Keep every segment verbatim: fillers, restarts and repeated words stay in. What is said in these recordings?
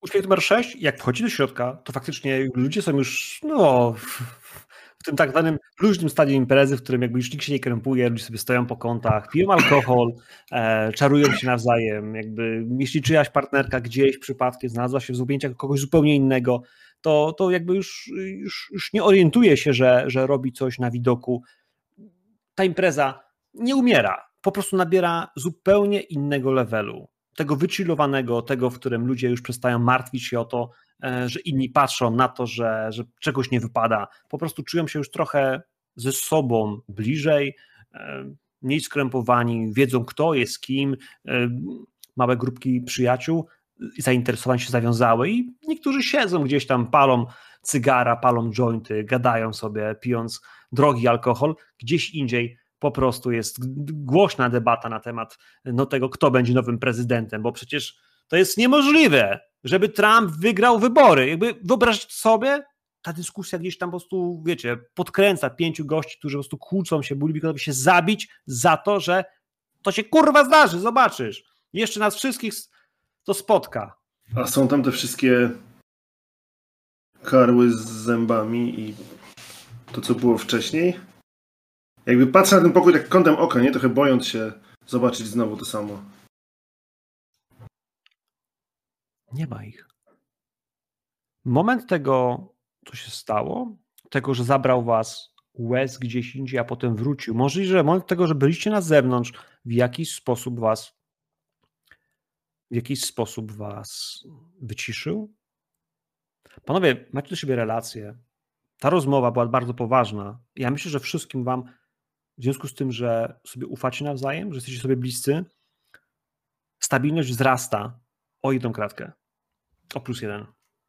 uczniak numer sześć, jak wchodzi do środka, to faktycznie ludzie są już no, w tym tak zwanym luźnym stadium imprezy, w którym jakby już nikt się nie krępuje, ludzie sobie stoją po kątach, piją alkohol, e, czarują się nawzajem. Jakby, jeśli czyjaś partnerka gdzieś przypadkiem znalazła się w objęciach kogoś zupełnie innego, to, to jakby już, już, już nie orientuje się, że, że robi coś na widoku. Ta impreza nie umiera, po prostu nabiera zupełnie innego levelu. Tego wychillowanego, tego, w którym ludzie już przestają martwić się o to, że inni patrzą na to, że, że czegoś nie wypada. Po prostu czują się już trochę ze sobą bliżej, mniej skrępowani, wiedzą kto jest kim, małe grupki przyjaciół, zainteresowań się zawiązały i niektórzy siedzą gdzieś tam, palą cygara, palą jointy, gadają sobie, pijąc drogi alkohol. Gdzieś indziej po prostu jest głośna debata na temat no, tego, kto będzie nowym prezydentem, bo przecież to jest niemożliwe, żeby Trump wygrał wybory. Jakby wyobraźcie sobie, ta dyskusja gdzieś tam po prostu, wiecie, podkręca pięciu gości, którzy po prostu kłócą się, byliby gotowi się zabić za to, że to się kurwa zdarzy, zobaczysz. Jeszcze nas wszystkich to spotka. A są tam te wszystkie karły z zębami i to, co było wcześniej? Jakby patrzę na ten pokój tak kątem oka, nie? Trochę bojąc się zobaczyć znowu to samo. Nie ma ich. Moment tego, co się stało, tego, że zabrał was Wes gdzieś indziej, a potem wrócił, możliwe, że moment tego, że byliście na zewnątrz, w jakiś sposób was w jakiś sposób was wyciszył. Panowie, macie do siebie relacje. Ta rozmowa była bardzo poważna. Ja myślę, że wszystkim wam, w związku z tym, że sobie ufacie nawzajem, że jesteście sobie bliscy, stabilność wzrasta o jedną kratkę. O plus jeden.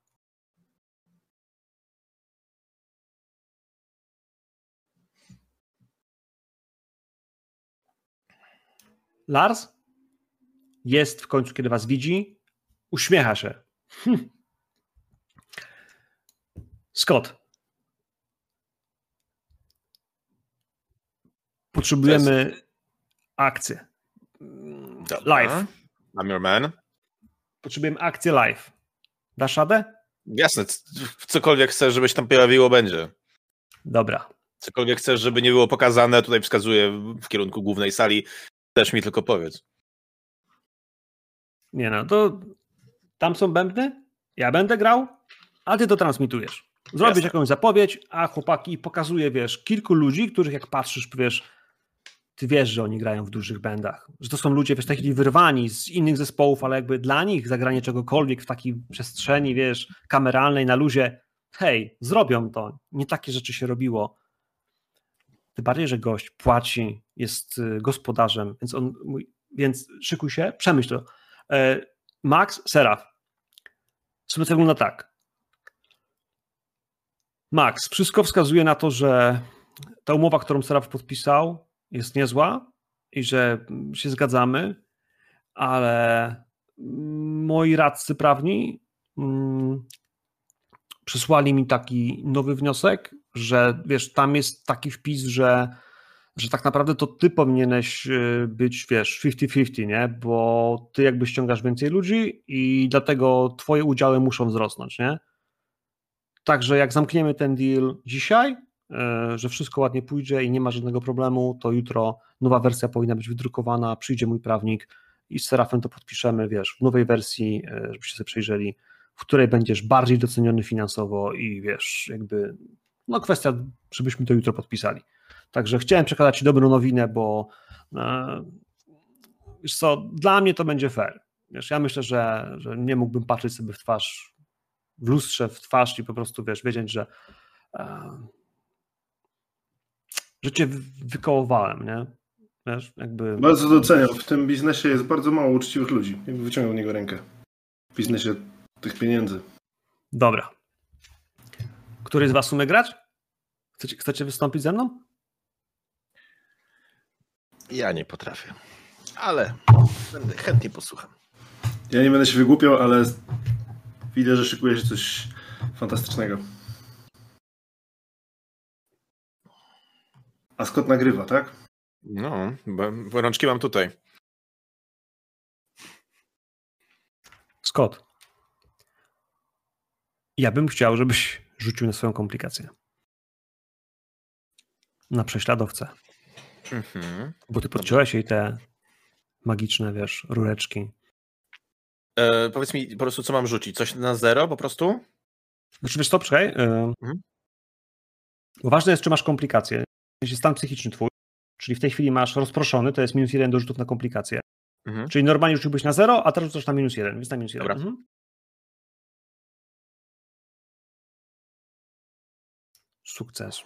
Lars jest w końcu, kiedy was widzi, uśmiecha się. Hm. Scott. Potrzebujemy akcję. Live. I'm your man. Potrzebujemy akcję live. Dasz radę? Jasne. Cokolwiek chcesz, żeby się tam pojawiło, będzie. Dobra. Cokolwiek chcesz, żeby nie było pokazane, tutaj wskazuję w kierunku głównej sali, też mi tylko powiedz. Nie no, to tam są bębny, ja będę grał, a ty to transmitujesz. Zrobisz Jasne. jakąś zapowiedź, a chłopaki pokazuje, wiesz, kilku ludzi, których jak patrzysz, wiesz, ty wiesz, że oni grają w dużych bandach, że to są ludzie, wiesz, taki wyrwani z innych zespołów, ale jakby dla nich zagranie czegokolwiek w takiej przestrzeni, wiesz, kameralnej, na luzie, hej, zrobią to. Nie takie rzeczy się robiło. Tym bardziej, że gość płaci, jest gospodarzem, więc on, więc szykuj się, przemyśl to. Max, Seraf. Sytuacja wygląda tak. Max, wszystko wskazuje na to, że ta umowa, którą Seraf podpisał, jest niezła i że się zgadzamy, ale moi radcy prawni mm, przysłali mi taki nowy wniosek, że wiesz, tam jest taki wpis, że, że tak naprawdę to ty powinieneś być, wiesz, pięćdziesiąt pięćdziesiąt, nie? Bo ty jakby ściągasz więcej ludzi i dlatego twoje udziały muszą wzrosnąć, nie? Także jak zamkniemy ten deal dzisiaj, że wszystko ładnie pójdzie i nie ma żadnego problemu, to jutro nowa wersja powinna być wydrukowana, przyjdzie mój prawnik i z Serafem to podpiszemy, wiesz, w nowej wersji, żebyście sobie przejrzeli, w której będziesz bardziej doceniony finansowo i wiesz, jakby, no kwestia, żebyśmy to jutro podpisali. Także chciałem przekazać ci dobrą nowinę, bo e, wiesz co, dla mnie to będzie fair. Wiesz, ja myślę, że, że nie mógłbym patrzeć sobie w twarz, w lustrze w twarz i po prostu, wiesz, wiedzieć, że e, że cię wykołowałem, nie? Wiesz, jakby... Bardzo doceniam. W tym biznesie jest bardzo mało uczciwych ludzi. Jakby wyciągnął w niego rękę. W biznesie tych pieniędzy. Dobra. Który z was umie grać? Chcecie, chcecie wystąpić ze mną? Ja nie potrafię. Ale będę chętnie posłucham. Ja nie będę się wygłupiał, ale widzę, że szykuje się coś fantastycznego. A Scott nagrywa, tak? No, bo rączki mam tutaj. Scott, Ja bym chciał, żebyś rzucił na swoją komplikację. Na prześladowcę. Mhm. Bo ty podciąłeś jej te magiczne, wiesz, rureczki. E, powiedz mi po prostu, co mam rzucić? Coś na zero po prostu? Znaczy, wiesz co, czekaj. Mhm. Bo ważne jest, czy masz komplikacje. Jeśli stan psychiczny twój, czyli w tej chwili masz rozproszony, to jest minus jeden do rzutów na komplikacje. Mhm. Czyli normalnie rzuciłbyś na zero, a teraz rzucasz na minus jeden, więc na minus jeden. Dobra. Mhm. Sukces.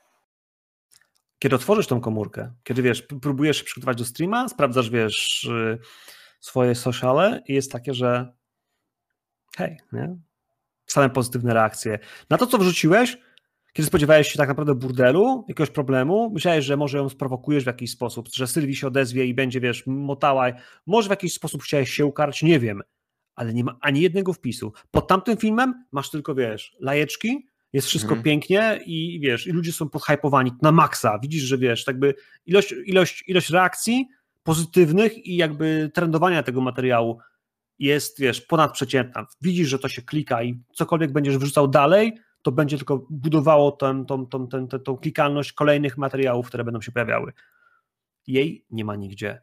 Kiedy otworzysz tą komórkę, kiedy wiesz, próbujesz się przygotować do streama, sprawdzasz, wiesz, swoje sociale i jest takie, że hej, nie? Same pozytywne reakcje. Na to, co wrzuciłeś, kiedy spodziewałeś się tak naprawdę burdelu, jakiegoś problemu, myślałeś, że może ją sprowokujesz w jakiś sposób, że Sylwii się odezwie i będzie, wiesz, motała, może w jakiś sposób chciałeś się ukarać, nie wiem, ale nie ma ani jednego wpisu. Pod tamtym filmem masz tylko, wiesz, lajeczki, jest wszystko Mhm. pięknie i wiesz, i ludzie są podhypowani na maksa. Widzisz, że wiesz, jakby ilość, ilość, ilość reakcji pozytywnych i jakby trendowania tego materiału jest, wiesz, ponadprzeciętna. Widzisz, że to się klika i cokolwiek będziesz wrzucał dalej, to będzie tylko budowało tą, tą, tą, tą, tą, tą klikalność kolejnych materiałów, które będą się pojawiały. Jej nie ma nigdzie.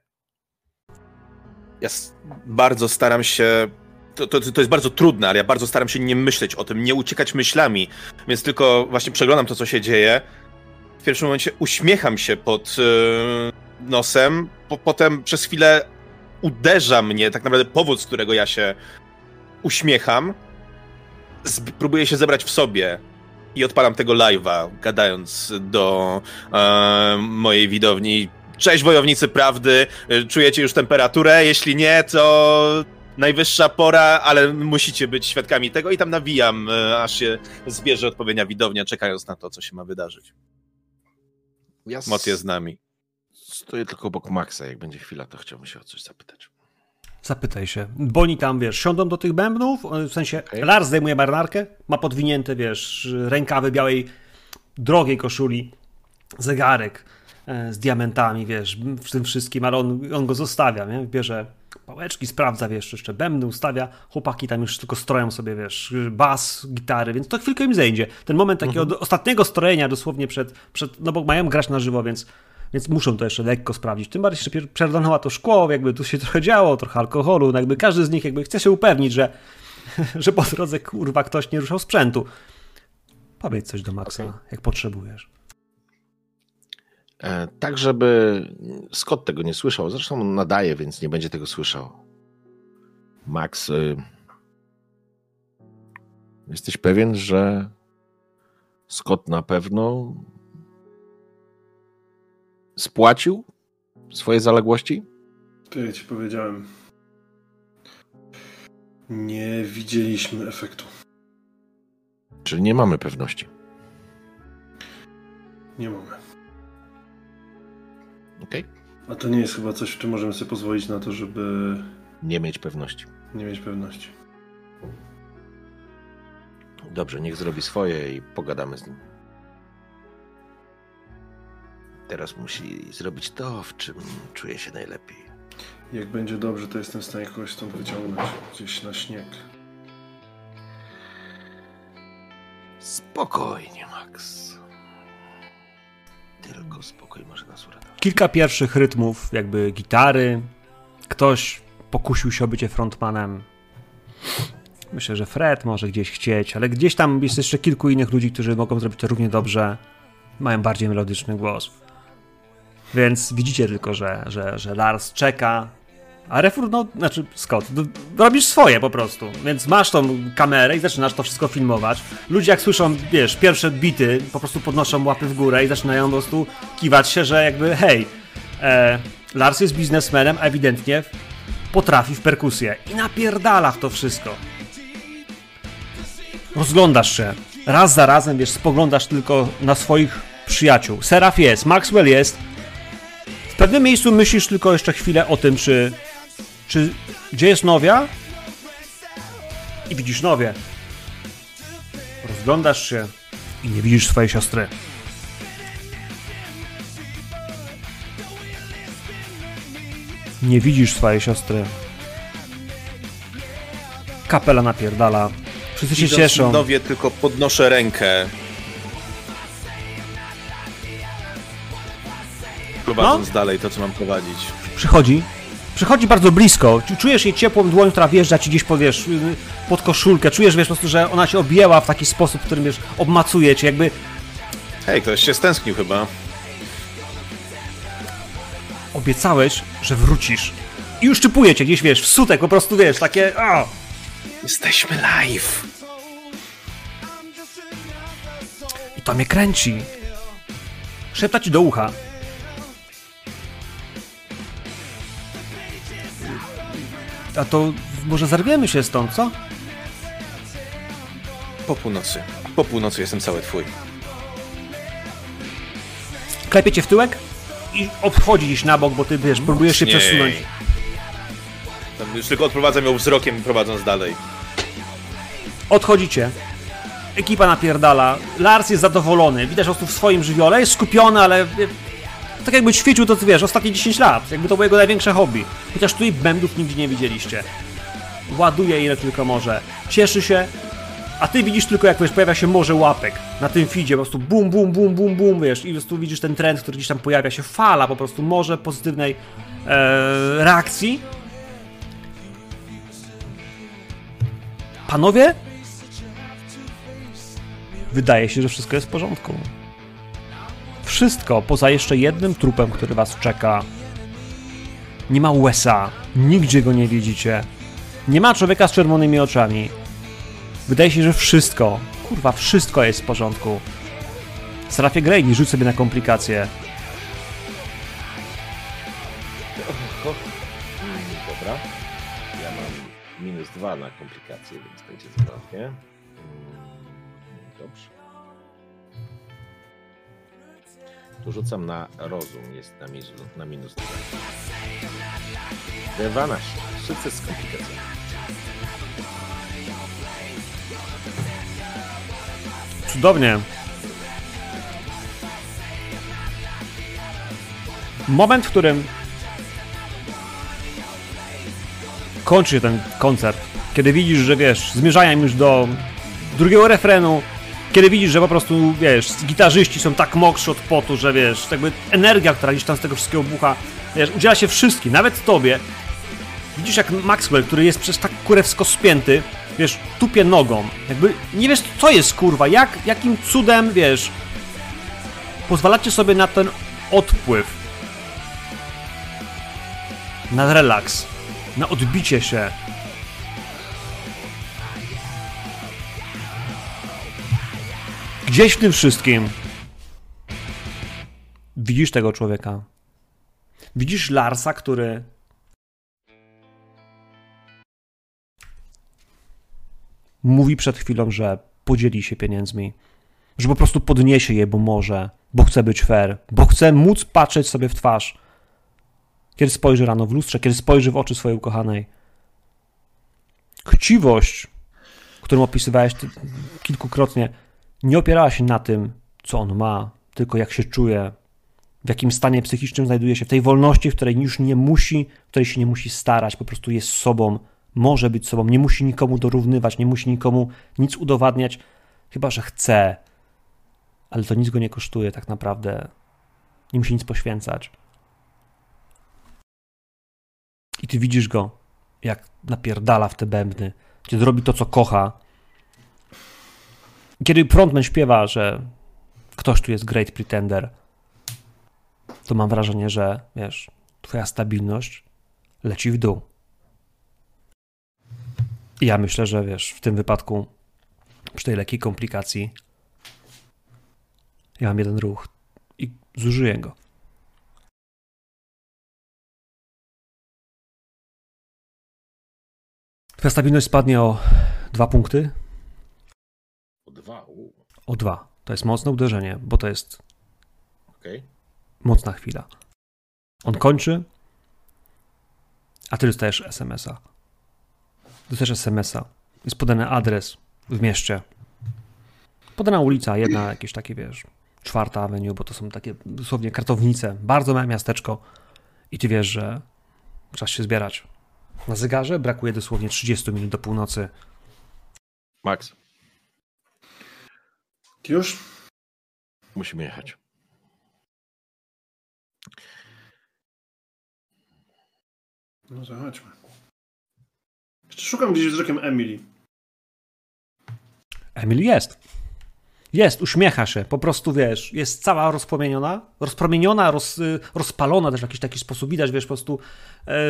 Ja s- bardzo staram się... To, to, to jest bardzo trudne, ale ja bardzo staram się nie myśleć o tym, nie uciekać myślami, więc tylko właśnie przeglądam to, co się dzieje. W pierwszym momencie uśmiecham się pod yy, nosem, po, potem przez chwilę uderza mnie tak naprawdę powód, z którego ja się uśmiecham. Z, próbuję się zebrać w sobie i odpalam tego live'a, gadając do e, mojej widowni. Cześć wojownicy prawdy, czujecie już temperaturę? Jeśli nie, to najwyższa pora, ale musicie być świadkami tego i tam nawijam, e, aż się zbierze odpowiednia widownia, czekając na to, co się ma wydarzyć. Ja Moc jest z nami. stoję tylko obok Maxa, jak będzie chwila, to chciałbym się o coś zapytać. Zapytaj się. Bo oni tam, wiesz, siądą do tych bębnów, w sensie Okay. Lars zdejmuje marynarkę, ma podwinięte, wiesz, rękawy białej, drogiej koszuli, zegarek e, z diamentami, wiesz, w tym wszystkim, ale on, on go zostawia, nie? Bierze pałeczki, sprawdza, wiesz, jeszcze bębny ustawia, chłopaki tam już tylko stroją sobie, wiesz, bas, gitary, więc to chwilkę im zejdzie. Ten moment takiego Mhm. ostatniego strojenia dosłownie przed, przed, no bo mają grać na żywo, więc Więc muszą to jeszcze lekko sprawdzić. Tym bardziej, że przerdonęła to szkło, jakby tu się trochę działo, trochę alkoholu, no jakby każdy z nich jakby chce się upewnić, że, że po drodze, kurwa, ktoś nie ruszał sprzętu. Powiedz coś do Maxa, Okay. jak potrzebujesz. E, tak, żeby Scott tego nie słyszał. Zresztą on nadaje, więc nie będzie tego słyszał. Max, y... jesteś pewien, że Scott na pewno spłacił swoje zaległości? To ja ci powiedziałem. Nie widzieliśmy efektu. Czyli nie mamy pewności. Nie mamy. Okej? A to nie jest chyba coś, w czym możemy sobie pozwolić na to, żeby Nie mieć pewności. nie mieć pewności. Dobrze, niech zrobi swoje i pogadamy z nim. Teraz musi zrobić to, w czym czuje się najlepiej. Jak będzie dobrze, to jestem w stanie kogoś stąd wyciągnąć. Gdzieś na śnieg. Spokojnie, Max. Tylko spokój może nas uratować. Kilka pierwszych rytmów, jakby gitary. Ktoś pokusił się o bycie frontmanem. Myślę, że Fred może gdzieś chcieć, ale gdzieś tam jest jeszcze kilku innych ludzi, którzy mogą zrobić to równie dobrze. Mają bardziej melodyczny głos. Więc widzicie tylko, że, że, że Lars czeka, a Refur, no, znaczy Scott, no, robisz swoje po prostu. Więc masz tą kamerę i zaczynasz to wszystko filmować. Ludzie jak słyszą, wiesz, pierwsze bity, po prostu podnoszą łapy w górę i zaczynają po prostu kiwać się, że jakby hej, e, Lars jest biznesmenem, a ewidentnie potrafi w perkusję i napierdala w to wszystko. Rozglądasz się. Raz za razem, wiesz, spoglądasz tylko na swoich przyjaciół. Seraph jest, Maxwell jest. W pewnym miejscu myślisz tylko jeszcze chwilę o tym, czy... czy gdzie jest Nowia? I widzisz Nowię. Rozglądasz się i nie widzisz swojej siostry. Nie widzisz swojej siostry. Kapela napierdala. Wszyscy się cieszą. Nowie tylko podnoszę rękę. Prowadząc no? dalej to, co mam prowadzić. Przychodzi. Przychodzi bardzo blisko. Czujesz jej ciepłą dłoń, która wjeżdża ci gdzieś pod, wiesz, pod koszulkę. Czujesz, wiesz, po prostu, że ona się objęła w taki sposób, w którym, wiesz, obmacuje cię, jakby... Hej, ktoś się stęsknił chyba. Obiecałeś, że wrócisz. I już szczypuje cię gdzieś, wiesz, w sutek, po prostu, wiesz, takie... O! Jesteśmy live. I to mnie kręci. Szepta ci do ucha. A to może zerwiemy się stąd, co? Po północy. Po północy jestem cały twój. Klepie cię w tyłek i obchodzi gdzieś na bok, bo ty, wiesz, próbujesz się przesunąć. Tam już tylko odprowadzam ją wzrokiem, prowadząc dalej. Odchodzicie. Ekipa napierdala. Lars jest zadowolony. Widać po prostu w swoim żywiole. Jest skupiony, ale... Tak jakby ćwiczył to, wiesz, ostatnie dziesięć lat. Jakby to było jego największe hobby. Chociaż tutaj bębnów nigdzie nie widzieliście. Ładuje ile tylko może. Cieszy się. A ty widzisz tylko, jak, wiesz, pojawia się morze łapek na tym feedzie. Po prostu bum, bum, bum, bum, bum, wiesz. I po prostu widzisz ten trend, który gdzieś tam pojawia się. Fala po prostu. Morze pozytywnej e, reakcji. Panowie? Wydaje się, że wszystko jest w porządku. Wszystko, poza jeszcze jednym trupem, który was czeka. Nie ma Wesa, nigdzie go nie widzicie. Nie ma człowieka z czerwonymi oczami. Wydaje się, że wszystko, kurwa, wszystko jest w porządku. Serafie Grey, rzuć sobie na komplikacje. Dobra. Ja mam minus dwa na komplikacje, więc będzie zabawnie. Dobrze. Tu rzucam na rozum, jest na minus, na minus dwa. dwanaście. Sukces z komplikacją. Cudownie. Moment, w którym kończy się ten koncert, kiedy widzisz, że, wiesz, zmierzają już do drugiego refrenu, kiedy widzisz, że po prostu, wiesz, gitarzyści są tak mokrzy od potu, że, wiesz, jakby energia, która gdzieś tam z tego wszystkiego bucha, wiesz, udziela się wszystkim, nawet tobie. Widzisz, jak Maxwell, który jest przecież tak kurewsko spięty, wiesz, tupie nogą. Jakby nie wiesz, co jest, kurwa, jak, jakim cudem, wiesz, pozwalacie sobie na ten odpływ, na relaks, na odbicie się. Gdzieś w tym wszystkim widzisz tego człowieka. Widzisz Larsa, który mówi przed chwilą, że podzieli się pieniędzmi, że po prostu podniesie je, bo może, bo chce być fair, bo chce móc patrzeć sobie w twarz, kiedy spojrzy rano w lustrze, kiedy spojrzy w oczy swojej ukochanej. Chciwość, którą opisywałeś ty kilkukrotnie, nie opierała się na tym, co on ma, tylko jak się czuje, w jakim stanie psychicznym znajduje się, w tej wolności, w której już nie musi, w której się nie musi starać, po prostu jest sobą, może być sobą, nie musi nikomu dorównywać, nie musi nikomu nic udowadniać, chyba że chce, ale to nic go nie kosztuje tak naprawdę, nie musi nic poświęcać. I ty widzisz go, jak napierdala w te bębny, kiedy robi to, co kocha. Kiedy frontman śpiewa, że ktoś tu jest Great Pretender, to mam wrażenie, że, wiesz, twoja stabilność leci w dół. I ja myślę, że, wiesz, w tym wypadku, przy tej lekkiej komplikacji, ja mam jeden ruch i zużyję go. Twoja stabilność spadnie o dwa punkty. O dwa? U. O dwa. To jest mocne uderzenie, bo to jest Okay. mocna chwila. On kończy, a ty dostajesz es em es a. Dostajesz es em es a. Jest podany adres w mieście. Podana ulica, jedna jakieś takie, wiesz, czwarta avenue, bo to są takie dosłownie kartownice. Bardzo małe miasteczko. I ty wiesz, że czas się zbierać. Na zegarze brakuje dosłownie trzydzieści minut do północy. Max. Już? Musimy jechać. No to chodźmy. Jeszcze szukam gdzieś wzrokiem Emily. Emily jest. Jest, uśmiecha się, po prostu, wiesz, jest cała rozpromieniona, rozpromieniona, roz, rozpalona też w jakiś taki sposób, widać, wiesz, po prostu e,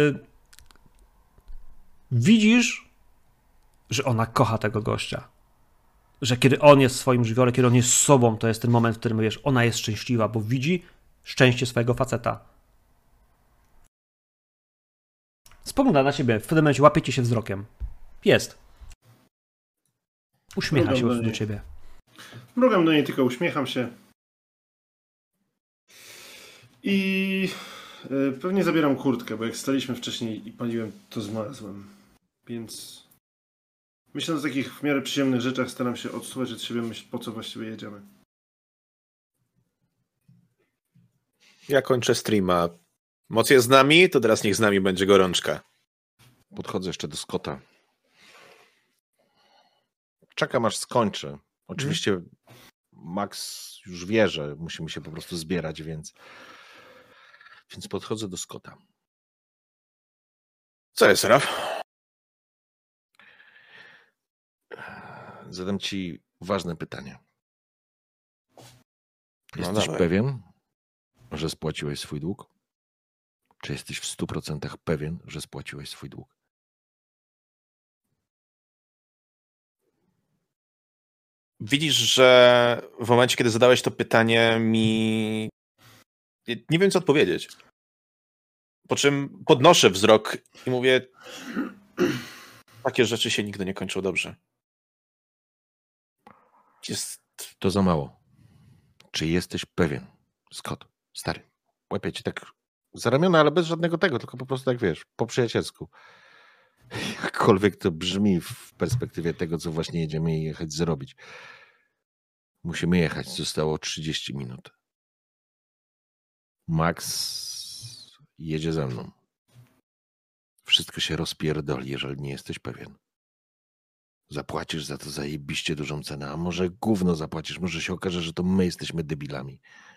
widzisz, że ona kocha tego gościa, że kiedy on jest w swoim żywiole, kiedy on jest sobą, to jest ten moment, w którym, wiesz, ona jest szczęśliwa, bo widzi szczęście swojego faceta. Spogląda na ciebie, w pewnym momencie łapiecie się wzrokiem. Jest. Uśmiecha się do ciebie. Mrugam do niej, tylko uśmiecham się. I y, pewnie zabieram kurtkę, bo jak staliśmy wcześniej i paliłem, to zmarzłem. Więc myśląc o takich w miarę przyjemnych rzeczach, staram się odsuwać od siebie myśl, po co właściwie jedziemy. Ja kończę streama. Moc jest z nami, to teraz niech z nami będzie gorączka. Podchodzę jeszcze do Scotta. Czekam, aż skończy. Oczywiście hmm. Max już wie, że musimy się po prostu zbierać, więc, więc podchodzę do Scotta. Co jest, Raf? Zadam ci ważne pytanie. No Jesteś dawaj. pewien, że spłaciłeś swój dług? Czy jesteś w stu procentach pewien, że spłaciłeś swój dług? Widzisz, że w momencie, kiedy zadałeś to pytanie, mi nie wiem, co odpowiedzieć. Po czym podnoszę wzrok i mówię, takie rzeczy się nigdy nie kończą dobrze. Jest... To za mało. Czy jesteś pewien, Scott, stary, łapię cię tak za ramiona, ale bez żadnego tego, tylko po prostu tak, wiesz, po przyjacielsku. Jakkolwiek to brzmi w perspektywie tego, co właśnie jedziemy jechać zrobić. Musimy jechać. Zostało trzydzieści minut. Max jedzie ze mną. Wszystko się rozpierdoli, jeżeli nie jesteś pewien. Zapłacisz za to zajebiście dużą cenę, a może gówno zapłacisz, może się okaże, że to my jesteśmy debilami.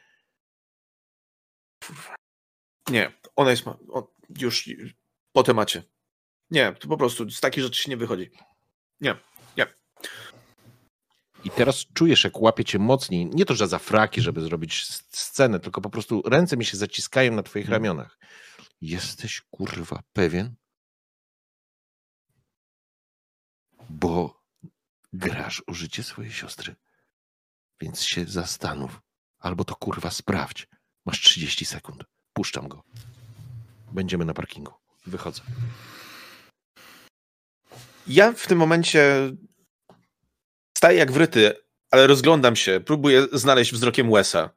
Nie, ona jest ma... on... już po temacie. Nie, to po prostu z takich rzeczy się nie wychodzi. Nie, nie. I teraz czujesz, jak łapie cię mocniej, nie to, że za fraki, żeby zrobić scenę, tylko po prostu ręce mi się zaciskają na twoich hmm. ramionach. Jesteś, kurwa, pewien? Bo grasz o życie swojej siostry. Więc się zastanów. Albo to, kurwa, sprawdź. Masz trzydzieści sekund. Puszczam go. Będziemy na parkingu. Wychodzę. Ja w tym momencie staję jak wryty, ale rozglądam się. Próbuję znaleźć wzrokiem Wesa.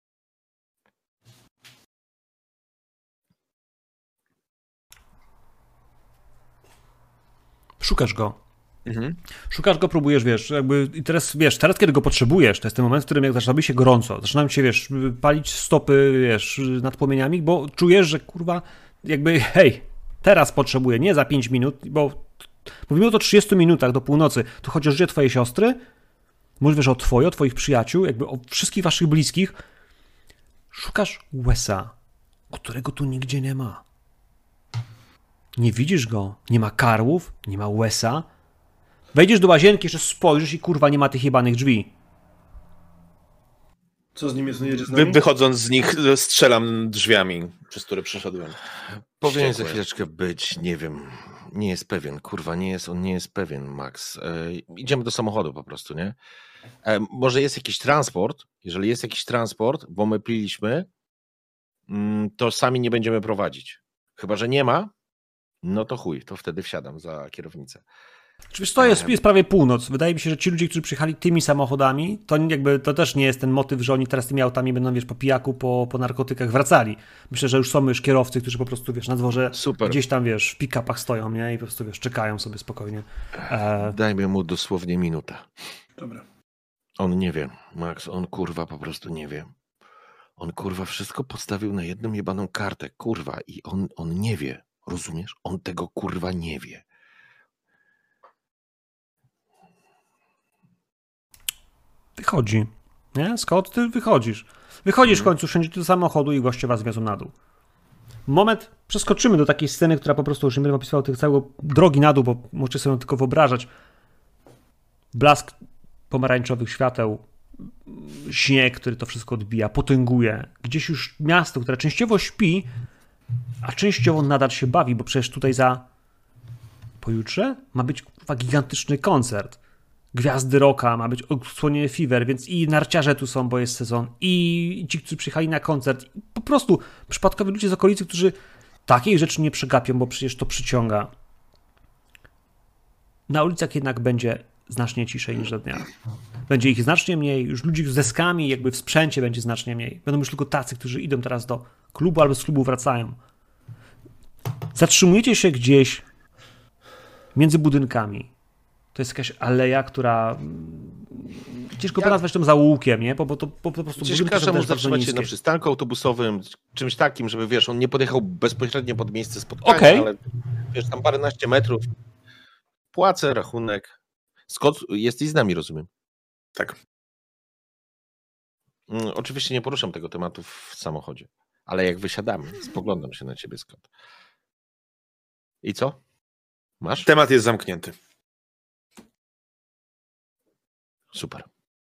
Szukasz go. Mhm. Szukasz go, próbujesz, wiesz, jakby i teraz, wiesz, teraz, kiedy go potrzebujesz, to jest ten moment, w którym jak zaczyna się gorąco, zaczynam się, wiesz, palić stopy, wiesz, nad płomieniami, bo czujesz, że, kurwa, jakby, hej, teraz potrzebuję, nie za pięć minut, bo mówimy o to trzydziestu minutach do północy, tu chodzi o życie twojej siostry, mówisz o twoje, o twoich przyjaciół, jakby o wszystkich waszych bliskich. Szukasz Wesa, którego tu nigdzie nie ma. Nie widzisz go, nie ma karłów, nie ma Wesa. Wejdziesz do łazienki, jeszcze spojrzysz i kurwa nie ma tych jebanych drzwi. Co z nim jest? Nie jedzie z nami? Wy, wychodząc z nich strzelam drzwiami, przez które przeszedłem. Powinien za chwileczkę być, nie wiem, nie jest pewien, kurwa, nie jest, on nie jest pewien, Max. E, idziemy do samochodu po prostu, nie? E, może jest jakiś transport, jeżeli jest jakiś transport, bo my piliśmy, mm, to sami nie będziemy prowadzić. Chyba że nie ma, no to chuj, to wtedy wsiadam za kierownicę. Oczywiście to jest, jest prawie północ. Wydaje mi się, że ci ludzie, którzy przyjechali tymi samochodami, to jakby to też nie jest ten motyw, że oni teraz tymi autami będą, wiesz, po pijaku, po, po narkotykach wracali. Myślę, że już są już kierowcy, którzy po prostu, wiesz, na dworze Super. Gdzieś tam, wiesz, w pick-upach stoją, nie? I po prostu, wiesz, czekają sobie spokojnie. E... Dajmy mu dosłownie minutę. Dobra. On nie wie, Max, on kurwa po prostu nie wie. On kurwa wszystko postawił na jedną jebaną kartę, kurwa, i on, on nie wie, rozumiesz? On tego kurwa nie wie. wychodzi. Nie? Scott, ty wychodzisz. Wychodzisz w końcu wszędzie do samochodu i goście was wiozą na dół. Moment, przeskoczymy do takiej sceny, która po prostu już nie będę opisywał tych całego drogi na dół, bo możecie sobie tylko wyobrażać. Blask pomarańczowych świateł, śnieg, który to wszystko odbija, potęguje. Gdzieś już miasto, które częściowo śpi, a częściowo nadal się bawi, bo przecież tutaj za pojutrze ma być kurwa gigantyczny koncert. Gwiazdy rocka, ma być odsłonienie Fever, więc i narciarze tu są, bo jest sezon, i ci, którzy przyjechali na koncert. Po prostu przypadkowi ludzie z okolicy, którzy takiej rzeczy nie przegapią, bo przecież to przyciąga. Na ulicach jednak będzie znacznie ciszej niż do dnia. Będzie ich znacznie mniej, już ludzi z deskami jakby w sprzęcie będzie znacznie mniej. Będą już tylko tacy, którzy idą teraz do klubu albo z klubu wracają. Zatrzymujecie się gdzieś między budynkami. To jest jakaś aleja, która ciężko by nazwać tym zaułkiem, nie? Bo, bo to po, po prostu Przecież każdy mógł zatrzymać się na przystanku autobusowym, czymś takim, żeby wiesz, on nie podjechał bezpośrednio pod miejsce spotkania, okay. ale wiesz, tam paręnaście metrów. Płacę, rachunek. Scott, jesteś z nami, rozumiem? Tak. Oczywiście nie poruszam tego tematu w samochodzie, ale jak wysiadamy, spoglądam się na ciebie, Scott. I co? Masz? Temat jest zamknięty. Super.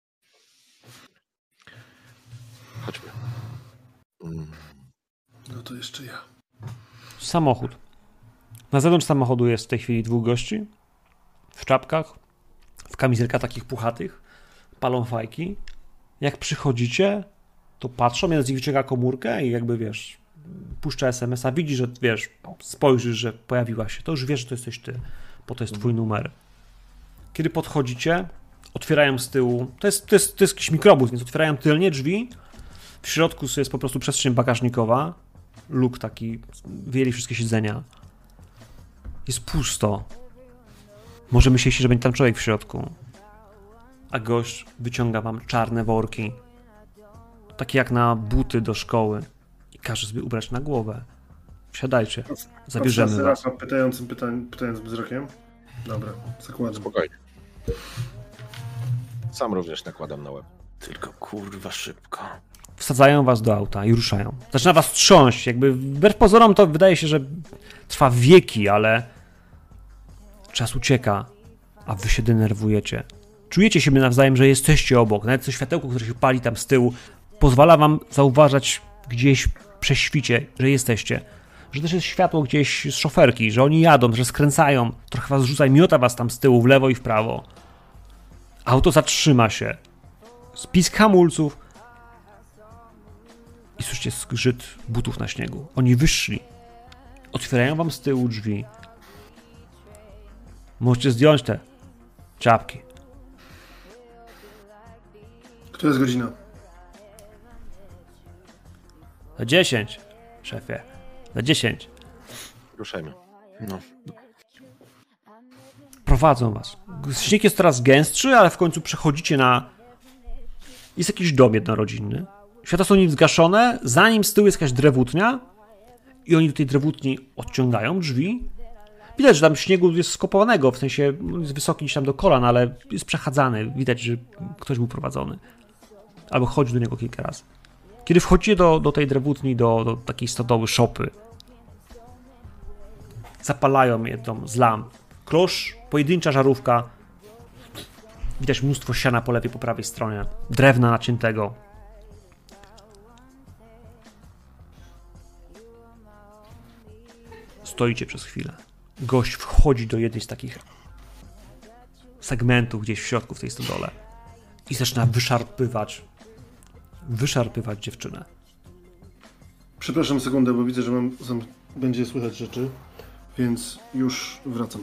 Chodźmy. Mm. No to jeszcze ja. Samochód. Na zewnątrz samochodu jest w tej chwili dwóch gości. W czapkach. W kamizelkach takich puchatych. Palą fajki. Jak przychodzicie, to patrzą, jeden z nich wyciąga komórkę i jakby wiesz, puszcza es em es a, widzi, że wiesz, spojrzysz, że pojawiła się, to już wiesz, że to jesteś ty, bo to jest twój numer. Kiedy podchodzicie, otwierają z tyłu, to jest, to jest, to jest jakiś mikrobus, więc otwierają tylnie drzwi, w środku jest po prostu przestrzeń bagażnikowa, luk taki, wyjęli wszystkie siedzenia. Jest pusto. Może myśleliście, że będzie tam człowiek w środku. A gość wyciąga wam czarne worki, takie jak na buty do szkoły, i każe sobie ubrać na głowę. Wsiadajcie, zabierzemy was. Pytającym pytań, pytającym wzrokiem. Dobra, zakładam. Spokojnie. Sam również nakładam na łeb. Tylko kurwa szybko. Wsadzają was do auta i ruszają. Zaczyna was trząść, jakby wbrew pozorom to wydaje się, że trwa wieki, ale czas ucieka, a wy się denerwujecie. Czujecie siebie nawzajem, że jesteście obok. Nawet to światełko, które się pali tam z tyłu, pozwala wam zauważać gdzieś przy świcie, że jesteście. Że też jest światło gdzieś z szoferki, że oni jadą, że skręcają, trochę was rzuca i miota was tam z tyłu, w lewo i w prawo. Auto zatrzyma się. Spisk hamulców. I słyszycie zgrzyt butów na śniegu. Oni wyszli. Otwierają wam z tyłu drzwi. Możecie zdjąć te czapki. Która jest godzina? Za dziesięć, szefie. Za dziesięć. Ruszajmy. No. Prowadzą was. Śnieg jest coraz gęstszy, ale w końcu przechodzicie na... Jest jakiś dom jednorodzinny. Światła są nim zgaszone, za nim z tyłu jest jakaś drewutnia i oni do tej drewutni odciągają drzwi. Widać, że tam śniegu jest skopowanego, w sensie jest wysoki gdzieś tam do kolan, ale jest przechadzany. Widać, że ktoś był prowadzony. Albo chodzi do niego kilka razy. Kiedy wchodzicie do, do tej drewutni, do, do takiej stodoły, szopy, zapalają jedną z lamp. Klosz, pojedyncza żarówka. Widać mnóstwo siana po lewej, po prawej stronie. Drewna naciętego. Stoicie przez chwilę. Gość wchodzi do jednej z takich segmentów gdzieś w środku w tej stodole i zaczyna wyszarpywać wyszarpywać dziewczynę. Przepraszam sekundę, bo widzę, że mam, sam będzie słychać rzeczy, więc już wracam.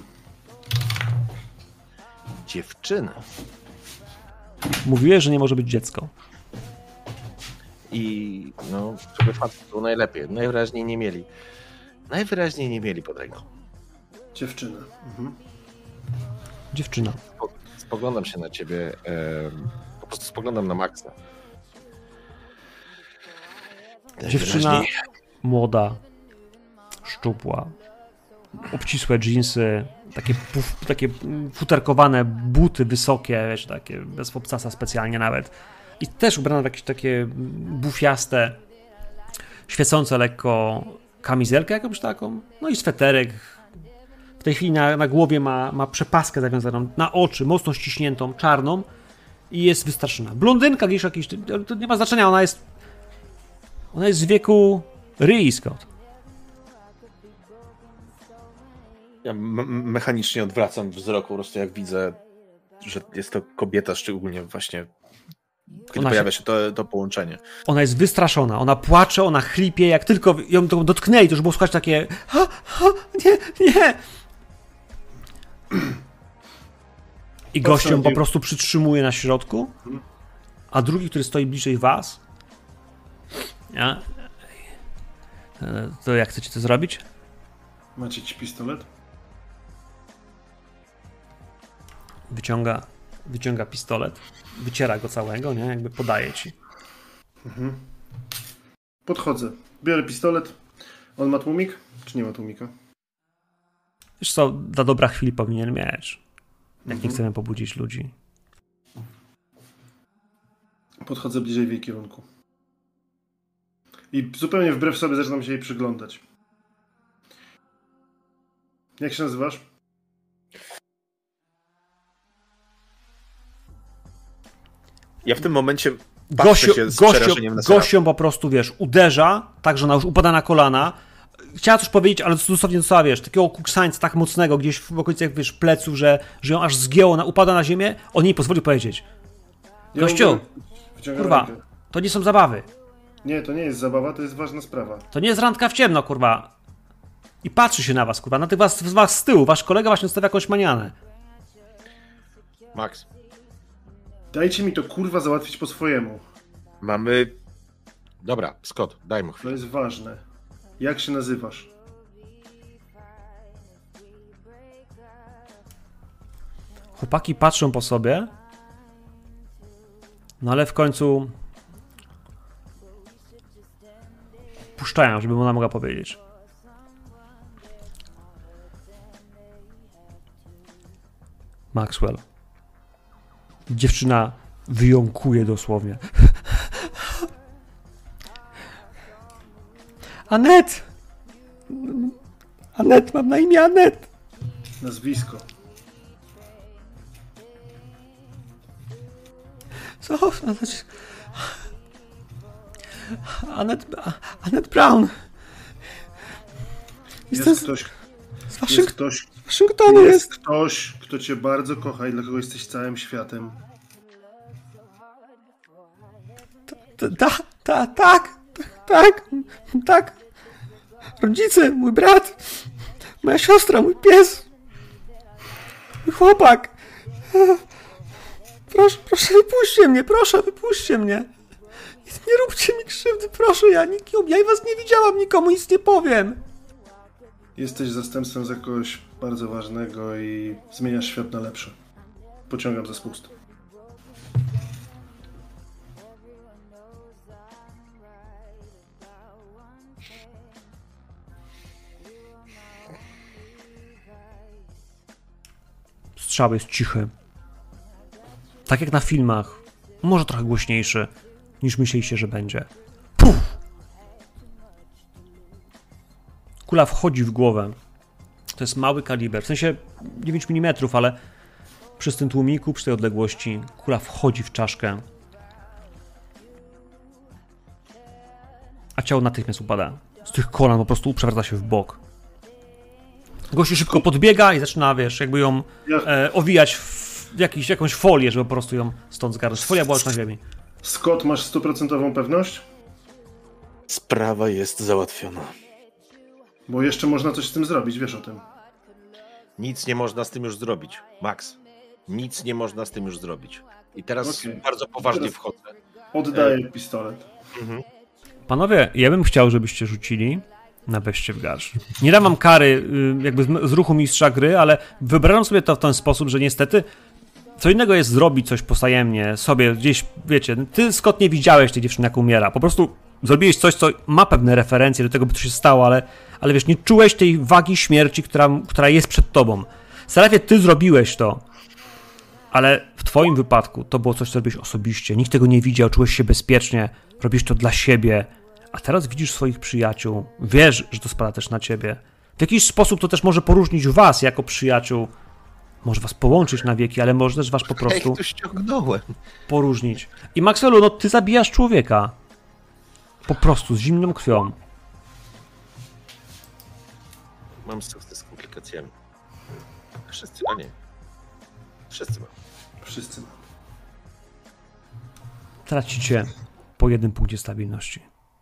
Dziewczyna. Mówiłeś, że nie może być dziecko. I no, żeby facet było najlepiej. Najwyraźniej nie mieli. Najwyraźniej nie mieli pod ręką. Dziewczyna. Mhm. Dziewczyna. Spoglądam się na ciebie, e, po prostu spoglądam na Maxa. Dziewczyna młoda, szczupła, obcisłe dżinsy, takie, puf, takie futerkowane buty wysokie, wiesz, takie bez obcasa specjalnie nawet. I też ubrana w jakieś takie bufiaste, świecące lekko kamizelkę jakąś taką, no i sweterek. W tej chwili na, na głowie ma, ma przepaskę zawiązaną, na oczy mocno ściśniętą, czarną i jest wystraszona. Blondynka gdzieś jakiś, to nie ma znaczenia, ona jest ona jest z wieku Ryi, Scott. Ja m- mechanicznie odwracam wzrok po prostu, jak widzę, że jest to kobieta, szczególnie właśnie kiedy Ona pojawia się... się to, to połączenie. Ona jest wystraszona, ona płacze, ona chlipie, jak tylko ją to dotknęli, to już było słuchać takie ha, ha, nie, nie. I gość ją po prostu przytrzymuje na środku, a drugi, który stoi bliżej was, ja, to jak chcecie to zrobić? Macie ci pistolet? Wyciąga, wyciąga pistolet, wyciera go całego, nie? Jakby podaje ci. Mhm. Podchodzę. Biorę pistolet. On ma tłumik? Czy nie ma tłumika? Wiesz co, dla dobra chwili powinien mieć. Jak Mhm. nie chcemy pobudzić ludzi. Podchodzę bliżej w jej kierunku. I zupełnie wbrew sobie zaczynam się jej przyglądać. Jak się nazywasz? Ja w tym momencie patrzę Gościu, się z gościu, przerażeniem na Serafę. gością po prostu, wiesz, uderza, tak, że ona już upada na kolana. Chciała coś powiedzieć, ale dosłownie dostała, wiesz, takiego kuksańca tak mocnego gdzieś w okolicach, wiesz, pleców, że, że ją aż zgięło, na, upada na ziemię. On jej pozwolił powiedzieć. Ja Gościu, mówię, wyciągam kurwa, rękę. to nie są zabawy. Nie, to nie jest zabawa, to jest ważna sprawa. To nie jest randka w ciemno, kurwa. I patrzy się na was, kurwa, na tych was, z was z tyłu. Wasz kolega właśnie stawia jakąś manianę. Max. Dajcie mi to kurwa załatwić po swojemu. Mamy... Dobra, Scott, daj mu To chwilę. jest ważne. Jak się nazywasz? Chłopaki patrzą po sobie, no ale w końcu puszczają, żeby ona mogła powiedzieć. Maxwell. Dziewczyna wyjąkuje dosłownie. Anet! Anet, mam na imię Anet! Nazwisko. Co? Anet, Anet Brown. Jest Jestem ktoś, z jest Waszyng- ktoś, Waszyngtonu. jest Jest. ktoś, kto cię bardzo kocha i dla kogo jesteś całym światem. Ta, ta, ta, tak, tak, tak. Rodzice, mój brat, moja siostra, mój pies, mój chłopak. Proszę, proszę, wypuśćcie mnie, proszę, wypuśćcie mnie. Nie róbcie mi krzywdy, proszę, ja, nik- ja was nie widziałam, nikomu nic nie powiem. Jesteś zastępstwem za kogoś bardzo ważnego i zmieniasz świat na lepsze. Pociągam za spust. Strzał jest cichy. Tak jak na filmach. Może trochę głośniejszy, niż myśleliście, że będzie. Puf! Kula wchodzi w głowę. To jest mały kaliber, w sensie dziewięć milimetrów, ale przy tym tłumiku, przy tej odległości, kula wchodzi w czaszkę. A ciało natychmiast upada. Z tych kolan po prostu przewraca się w bok. Gościu szybko podbiega i zaczyna, wiesz, jakby ją e, owijać w jakiś, jakąś folię, żeby po prostu ją stąd zgarnąć. Folia była już na ziemi. Scott, masz stuprocentową pewność? Sprawa jest załatwiona. Bo jeszcze można coś z tym zrobić, wiesz o tym. Nic nie można z tym już zrobić. Max, nic nie można z tym już zrobić. I teraz Okej. bardzo poważnie Teraz- wchodzę. Oddaję pistolet. Mhm. Panowie, ja bym chciał, żebyście rzucili na wejście w garść. Nie dam wam kary y, jakby z, z ruchu mistrza gry, ale wybrałem sobie to w ten sposób, że niestety co innego jest zrobić coś postajemnie sobie gdzieś, wiecie, ty Scott nie widziałeś tej dziewczyny jak umiera, po prostu zrobiłeś coś, co ma pewne referencje do tego, by to się stało, ale, ale wiesz, nie czułeś tej wagi śmierci, która, która jest przed tobą. Serafie, ty zrobiłeś to, ale w twoim wypadku to było coś, co robiłeś osobiście. Nikt tego nie widział, czułeś się bezpiecznie, robisz to dla siebie, a teraz widzisz swoich przyjaciół, wiesz, że to spada też na ciebie. W jakiś sposób to też może poróżnić was jako przyjaciół, może was połączyć na wieki, ale może też was po prostu Jak to ściągnąłem. poróżnić. I Maxwellu, no ty zabijasz człowieka. Po prostu, z zimną krwią. Mam sukces z komplikacjami. Wszyscy, a nie. Wszyscy mam. Wszyscy. Tracicie po jednym punkcie stabilności.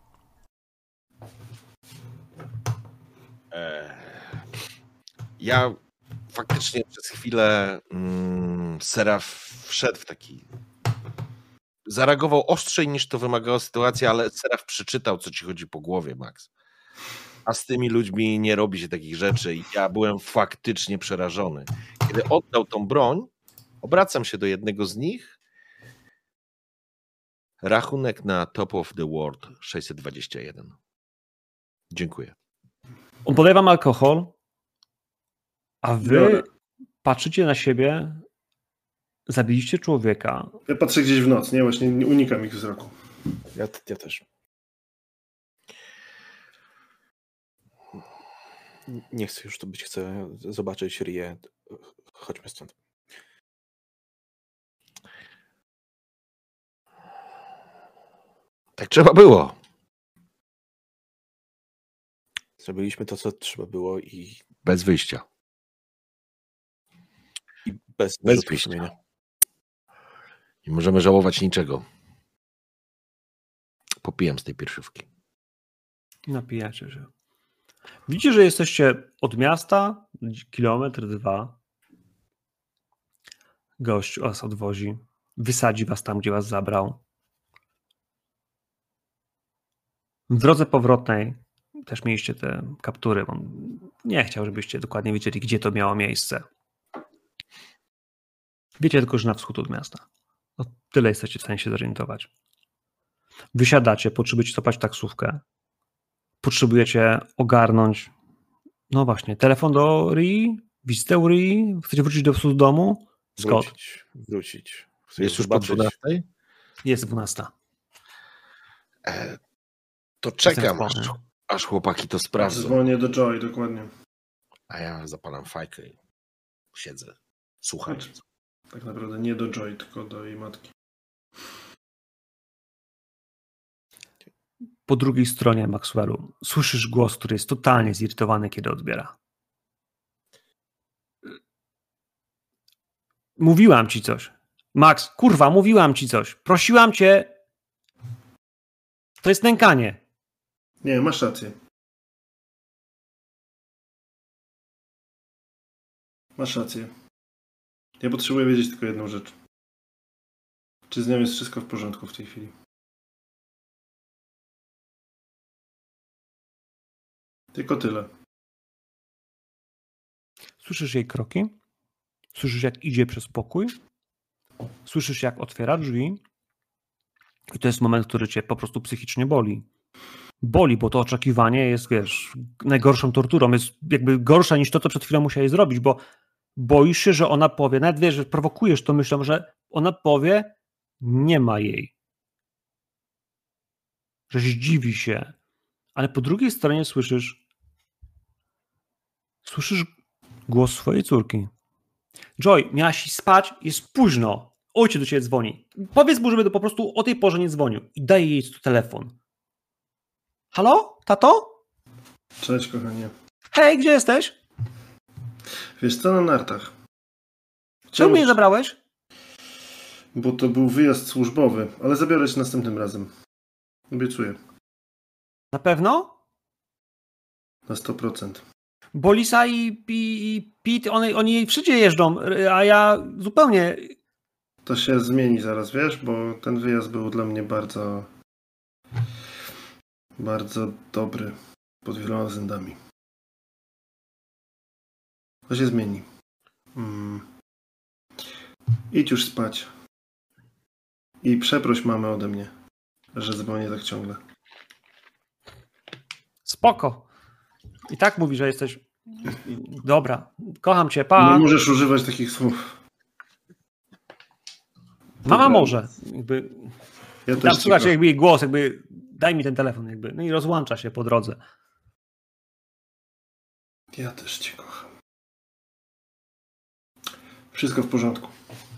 Eee, ja faktycznie przez chwilę mm, Seraf wszedł w taki... Zareagował ostrzej niż to wymagała sytuacja, ale Seraf przeczytał, co ci chodzi po głowie, Max. A z tymi ludźmi nie robi się takich rzeczy i ja byłem faktycznie przerażony. Kiedy oddał tą broń, obracam się do jednego z nich. Rachunek na Top of the World sześćset dwadzieścia jeden. Dziękuję. On podaje wam alkohol, a wy Biorę. patrzycie na siebie, zabiliście człowieka. Ja patrzę gdzieś w noc, nie? Właśnie unikam ich wzroku. Ja, ja też. Nie chcę już tu być, chcę zobaczyć Rię. Chodźmy stąd. Tak trzeba było. Zrobiliśmy to, co trzeba było i, Bez wyjścia. i bez, Bez wyrzutów wyjścia. sumienia. Nie możemy żałować niczego. Popijam z tej pierwszówki. Napijacie się. Widzicie, że jesteście od miasta, kilometr, dwa. Gość was odwozi, wysadzi was tam, gdzie was zabrał. W drodze powrotnej też mieliście te kaptury. On nie chciał, żebyście dokładnie wiedzieli, gdzie to miało miejsce. Wiecie tylko, że na wschód od miasta. No, tyle jesteście w stanie się zorientować. Wysiadacie, potrzebujecie złapać taksówkę. Potrzebujecie ogarnąć, no właśnie, telefon do Rii, wizytę u Rii, chcecie wrócić do, do domu? Scott. Wrócić. Wrócić. Chcę Jest już po zobaczyć. dwunastej? Jest dwunasta. E, to czekam, Jestem aż, aż chłopaki to sprawdzą. Dzwonię do Joy, dokładnie. A ja zapalam fajkę i siedzę. Słuchaj. Znaczy, tak naprawdę nie do Joy, tylko do jej matki. Po drugiej stronie, Maxwellu, słyszysz głos, który jest totalnie zirytowany, kiedy odbiera. Mówiłam ci coś. Max, kurwa, mówiłam ci coś. Prosiłam cię. To jest nękanie. Nie, masz rację. Masz rację. Ja potrzebuję wiedzieć tylko jedną rzecz. Czy z nią jest wszystko w porządku w tej chwili? Tylko tyle. Słyszysz jej kroki. Słyszysz, jak idzie przez pokój. Słyszysz, jak otwiera drzwi. I to jest moment, który cię po prostu psychicznie boli. Boli, bo to oczekiwanie jest, wiesz, najgorszą torturą. Jest jakby gorsza niż to, co przed chwilą musiałeś zrobić, bo boisz się, że ona powie, nawet wiesz, że prowokujesz to myślą, że ona powie, nie ma jej. Że zdziwi się. Ale po drugiej stronie słyszysz słyszysz głos swojej córki. Joy, miałaś iść spać, jest późno. Ojciec do ciebie dzwoni. Powiedz mu, żeby to po prostu o tej porze nie dzwonił. I daj jej telefon. Halo? Tato? Cześć, kochanie. Hej, gdzie jesteś? Wiesz co, na nartach. Czemu mnie nie zabrałeś? Bo to był wyjazd służbowy, ale zabiorę cię następnym razem. Obiecuję. Na pewno? Na sto procent. Bo Lisa i, i, i Pete, oni, oni wszędzie jeżdżą, a ja zupełnie... To się zmieni zaraz, wiesz, bo ten wyjazd był dla mnie bardzo... bardzo dobry. Pod wieloma względami. To się zmieni. Mm. Idź już spać. I przeproś mamę ode mnie, że dzwonię tak ciągle. Spoko. I tak mówi, że jesteś... Dobra, kocham cię, pa. Nie możesz używać takich słów. Mama może. Jakby... Ja Tam też słychać cię jakby jej głos, jakby daj mi ten telefon, jakby. No i rozłącza się po drodze. Ja też cię kocham. Wszystko w porządku.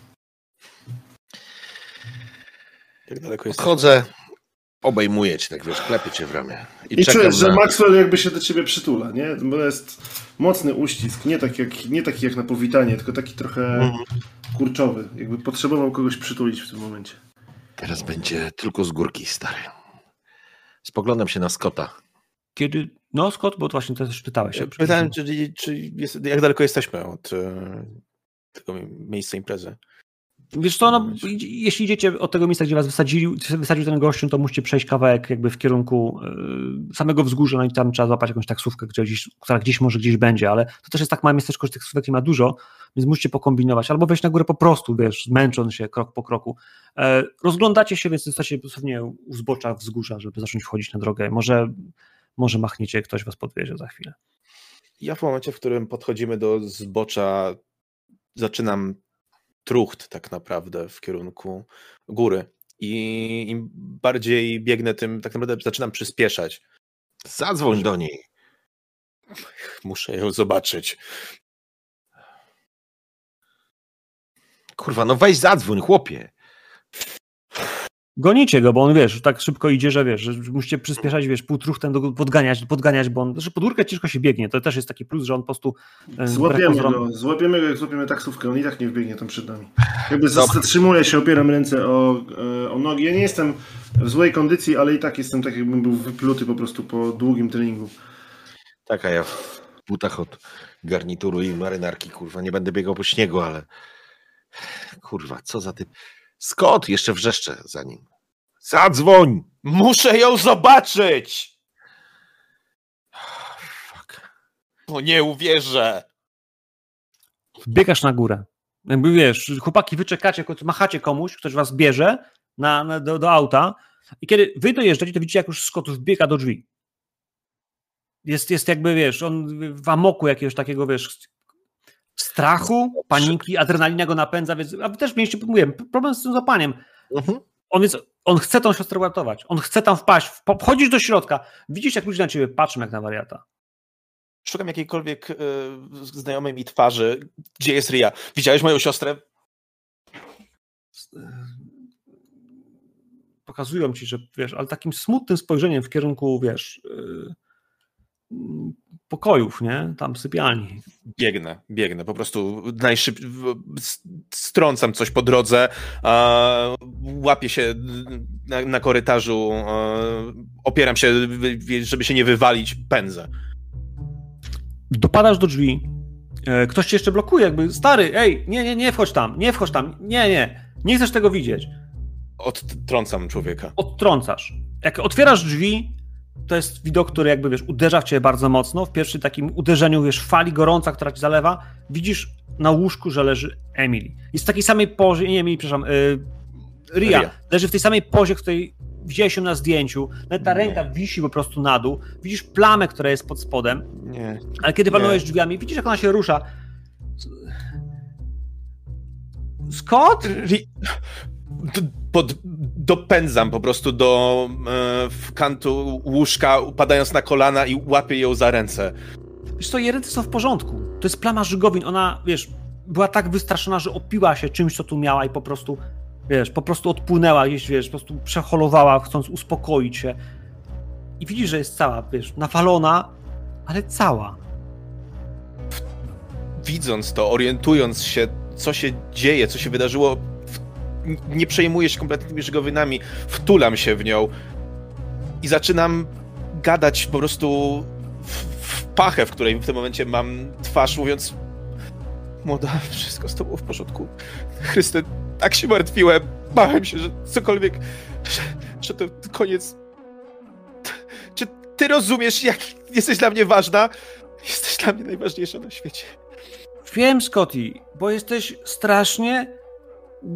Jak daleko jest? Chodzę, obejmuję cię, tak wiesz, klepię cię w ramię. I, I czekam czujesz, że na... Maxwell jakby się do ciebie przytula, nie? Bo jest mocny uścisk, nie taki jak, nie taki jak na powitanie, tylko taki trochę Mhm. kurczowy. Jakby potrzebował kogoś przytulić w tym momencie. Teraz będzie tylko z górki, stary. Spoglądam się na Scotta. Kiedy... No Scott, bo to właśnie to też czytałeś. Ja pytałem, czy, czy jest, jak daleko jesteśmy od e, tego miejsca imprezy. Wiesz co, no, jeśli idziecie od tego miejsca, gdzie was wysadzili, wysadził ten gościu, to musicie przejść kawałek jakby w kierunku y, samego wzgórza, no i tam trzeba złapać jakąś taksówkę, która gdzieś, która gdzieś może gdzieś będzie, ale to też jest tak małe miasteczko, że tych taksówek nie ma dużo, więc musicie pokombinować, albo wejść na górę po prostu, wiesz, męcząc się krok po kroku. E, rozglądacie się, więc jesteście dosłownie u zbocza wzgórza, żeby zacząć wchodzić na drogę. Może, może machniecie, ktoś was podwiezie za chwilę. Ja w momencie, w którym podchodzimy do zbocza, zaczynam trucht tak naprawdę w kierunku góry. I im bardziej biegnę, tym tak naprawdę zaczynam przyspieszać. Zadzwoń do niej. Muszę ją zobaczyć. Kurwa, no weź zadzwoń, chłopie. Gonicie go, bo on, wiesz, tak szybko idzie, że wiesz, że musicie przyspieszać, wiesz, półtruchtem do, podganiać, podganiać, bo on, znaczy pod górkę ciężko się biegnie, to też jest taki plus, że on po prostu... Złapiemy go, złapiemy go, jak złapiemy taksówkę, on i tak nie wbiegnie tam przed nami. Jakby zatrzymuję się, opieram ręce o, o nogi. Ja nie jestem w złej kondycji, ale i tak jestem tak, jakbym był wypluty po prostu po długim treningu. Tak, a ja w butach od garnituru i marynarki, kurwa, nie będę biegał po śniegu, ale... Kurwa, co za typ... Scott, jeszcze wrzeszczę za nim. Zadzwoń! Muszę ją zobaczyć! Fuck. No nie uwierzę. Biegasz na górę. Jakby wiesz, chłopaki, wy czekacie, machacie komuś, ktoś was bierze na, na, do, do auta i kiedy wy dojeżdżacie, to widzicie, jak już Scott wbiega do drzwi. Jest, jest jakby, wiesz, on w amoku jakiegoś takiego, wiesz, strachu, paniki, adrenalina go napędza, więc a wy też mieliście, mówię, problem z tym zapaniem. Mhm. On, więc, on chce tą siostrę uratować, on chce tam wpaść, wchodzisz do środka, widzisz, jak ludzie na ciebie patrzą jak na wariata. Szukam jakiejkolwiek y, znajomej mi twarzy. Gdzie jest Ria? Widziałeś moją siostrę? Pokazują ci, że wiesz, ale takim smutnym spojrzeniem w kierunku, wiesz, yy, pokojów, nie? Tam sypialni. Biegnę, biegnę. Po prostu najszybciej strącam coś po drodze, a, łapię się na, na korytarzu, a, opieram się, żeby się nie wywalić, pędzę. Dopadasz do drzwi, e, ktoś cię jeszcze blokuje, jakby stary, ej, nie, nie, nie wchodź tam, nie wchodź tam, nie, nie, nie chcesz tego widzieć. Odtrącam człowieka. Odtrącasz. Jak otwierasz drzwi, to jest widok, który jakby, wiesz, uderza w ciebie bardzo mocno. W pierwszym takim uderzeniu, wiesz, fali gorąca, która ci zalewa, widzisz na łóżku, że leży Emily. Jest w takiej samej pozie, nie Emily, przepraszam, yy, Ria, Ria, leży w tej samej pozie, w której widziałeś ją na zdjęciu, nawet ta ręka wisi po prostu na dół, widzisz plamę, która jest pod spodem, nie, ale kiedy nie. walnąłeś drzwiami, widzisz, jak ona się rusza. Scott? Ri... Pod, dopędzam po prostu do e, w kantu łóżka, upadając na kolana i łapię ją za ręce. Wiesz co, jej ręce są w porządku. To jest plama żygowin. Ona, wiesz, była tak wystraszona, że opiła się czymś, co tu miała i po prostu, wiesz, po prostu odpłynęła gdzieś, wiesz, po prostu przeholowała, chcąc uspokoić się. I widzisz, że jest cała, wiesz, nawalona, ale cała. Widząc to, orientując się, co się dzieje, co się wydarzyło, nie przejmuję się kompletnie tymi żygowinami, wtulam się w nią i zaczynam gadać po prostu w, w pachę, w której w tym momencie mam twarz, mówiąc: młoda, wszystko z tobą w porządku. Chryste, tak się martwiłem, bałem się, że cokolwiek, że, że to koniec. Czy ty rozumiesz, jak jesteś dla mnie ważna? Jesteś dla mnie najważniejsza na świecie. Wiem, Scotty, bo jesteś strasznie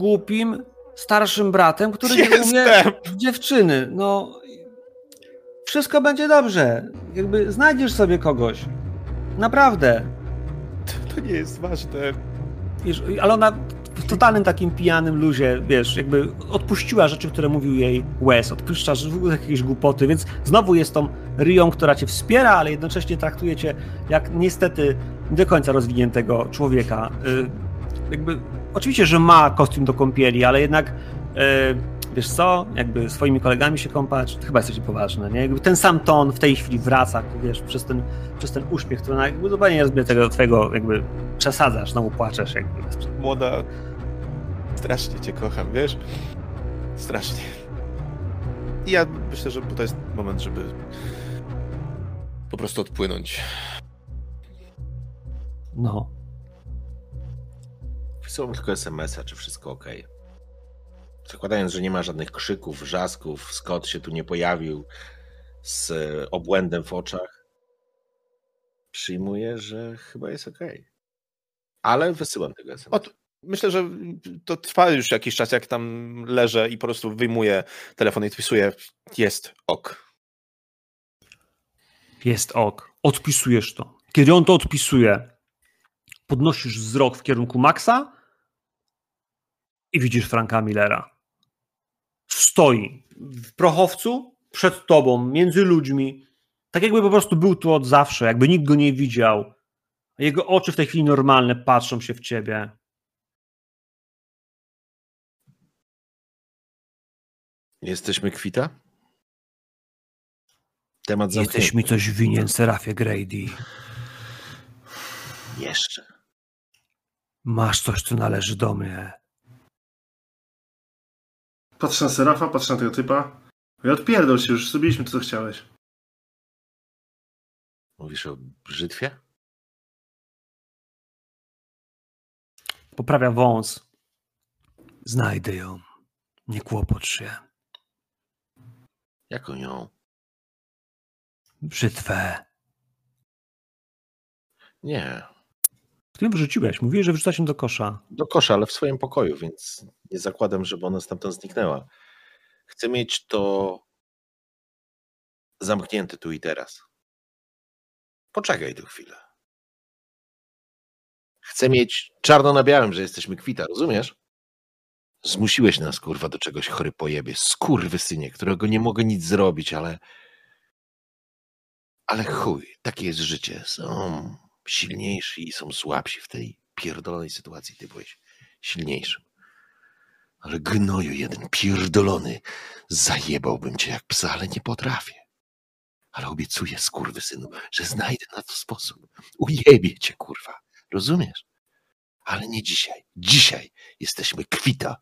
głupim, starszym bratem, który nie umie dziewczyny. No, Wszystko będzie dobrze. Jakby znajdziesz sobie kogoś. Naprawdę. To, to nie jest ważne. Wiesz, ale ona w totalnym takim pijanym luzie, wiesz, jakby odpuściła rzeczy, które mówił jej Wes, odpuszcza jakieś głupoty, więc znowu jest tą Rią, która cię wspiera, ale jednocześnie traktuje cię jak niestety nie do końca rozwiniętego człowieka. Yy, jakby, oczywiście, że ma kostium do kąpieli, ale jednak yy, wiesz co, jakby swoimi kolegami się kąpać, to chyba jest coś niepoważne, nie? Jakby ten sam ton w tej chwili wraca, wiesz, przez ten, przez ten uśmiech, który jakby zupełnie nie rozbije tego twojego, jakby przesadzasz, znowu płaczesz, jakby. Młoda, strasznie cię kocham, wiesz? Strasznie. I ja myślę, że to jest moment, żeby po prostu odpłynąć. No. Wysyłam tylko es em es a, czy wszystko ok. Zakładając, że nie ma żadnych krzyków, wrzasków, Scott się tu nie pojawił z obłędem w oczach, przyjmuję, że chyba jest ok. Ale wysyłam tego es em es a. Myślę, że to trwa już jakiś czas, jak tam leżę i po prostu wyjmuję telefon i odpisuję. Jest ok. Jest ok. Odpisujesz to. Kiedy on to odpisuje, podnosisz wzrok w kierunku Maxa i widzisz Franka Millera. Stoi w prochowcu przed tobą, między ludźmi, tak jakby po prostu był tu od zawsze, jakby nikt go nie widział. Jego oczy w tej chwili normalne patrzą się w ciebie. Jesteśmy kwita? Temat zamknięty. Jesteś mi coś winien, Serafie Grady. Jeszcze. Masz coś, co należy do mnie. Patrzę na Serafa, patrzę na tego typa. Ja odpierdol się, już zrobiliśmy to, co chciałeś. Mówisz o brzytwie? Poprawia wąs. Znajdę ją. Nie kłopocz się. Jaką ją? Brzytwę. Nie. Ty ją wyrzuciłeś. Mówiłeś, że wrzucasz ją do kosza. Do kosza, ale w swoim pokoju, więc nie zakładam, żeby ona stamtąd zniknęła. Chcę mieć to zamknięte tu i teraz. Poczekaj tu chwilę. Chcę mieć czarno na białym, że jesteśmy kwita, rozumiesz? Zmusiłeś nas, kurwa, do czegoś, chory pojebie. Skurwysynie, którego nie mogę nic zrobić, ale... Ale chuj, takie jest życie. Są silniejsi i są słabsi w tej pierdolonej sytuacji. Ty byłeś silniejszym. Ale gnoju jeden pierdolony. Zajebałbym cię jak psa, ale nie potrafię. Ale obiecuję, skurwysynu, że znajdę na to sposób. Ujebię cię, kurwa. Rozumiesz? Ale nie dzisiaj. Dzisiaj jesteśmy kwita.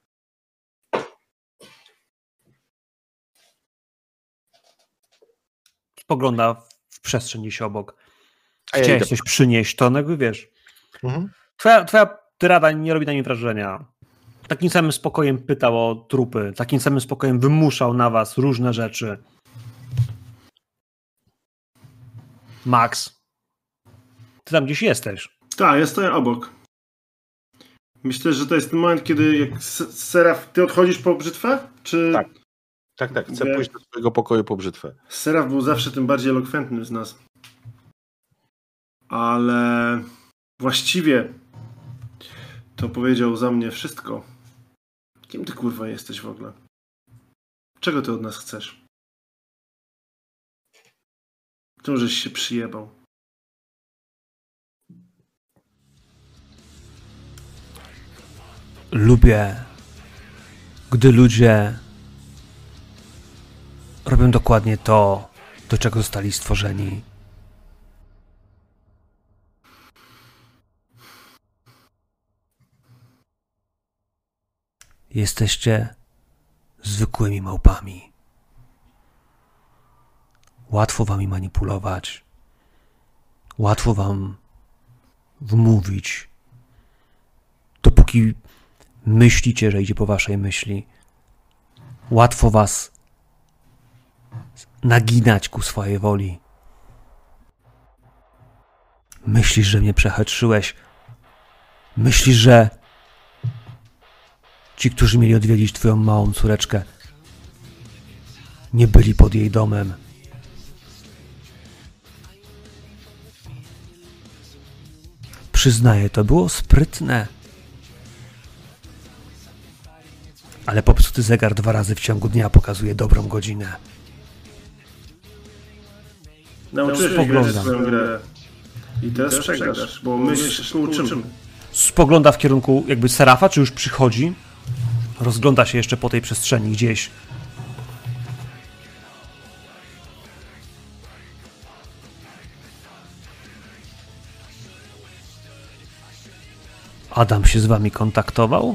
Spogląda w przestrzeń gdzieś obok. A ja Chciałeś idę. coś przynieść, to jakby wiesz. Mhm. Twoja, twoja tyrada nie robi na nim wrażenia. Takim samym spokojem pytał o trupy. Takim samym spokojem wymuszał na was różne rzeczy. Max, ty tam gdzieś jesteś. Tak, ja stoję obok. Myślę, że to jest ten moment, kiedy jak S- Seraf, ty odchodzisz po brzytwę? Czy... Tak. Tak, tak. Chcę Nie. pójść do swojego pokoju po brzytwę. Seraf był zawsze tym bardziej elokwentnym z nas. Ale właściwie to powiedział za mnie wszystko. Kim ty kurwa jesteś w ogóle? Czego ty od nas chcesz? Czemu żeś się przyjebał? Lubię, gdy ludzie robią dokładnie to, do czego zostali stworzeni. Jesteście zwykłymi małpami. Łatwo wami manipulować. Łatwo wam wmówić. Dopóki myślicie, że idzie po waszej myśli. Łatwo was naginać ku swojej woli. Myślisz, że mnie przechetrzyłeś. Myślisz, że ci, którzy mieli odwiedzić twoją małą córeczkę, nie byli pod jej domem. Myślisz, że ci, którzy mieli odwiedzić twoją małą córeczkę, nie byli pod jej domem. Przyznaję, to było sprytne. Ale popsuty zegar dwa razy w ciągu dnia pokazuje dobrą godzinę. Nauczyłeś mnie grać w swoją grę. I teraz przegrasz, bo my się współuczymy. Spogląda w kierunku jakby Serafa, czy już przychodzi. Rozgląda się jeszcze po tej przestrzeni gdzieś. Adam się z wami kontaktował?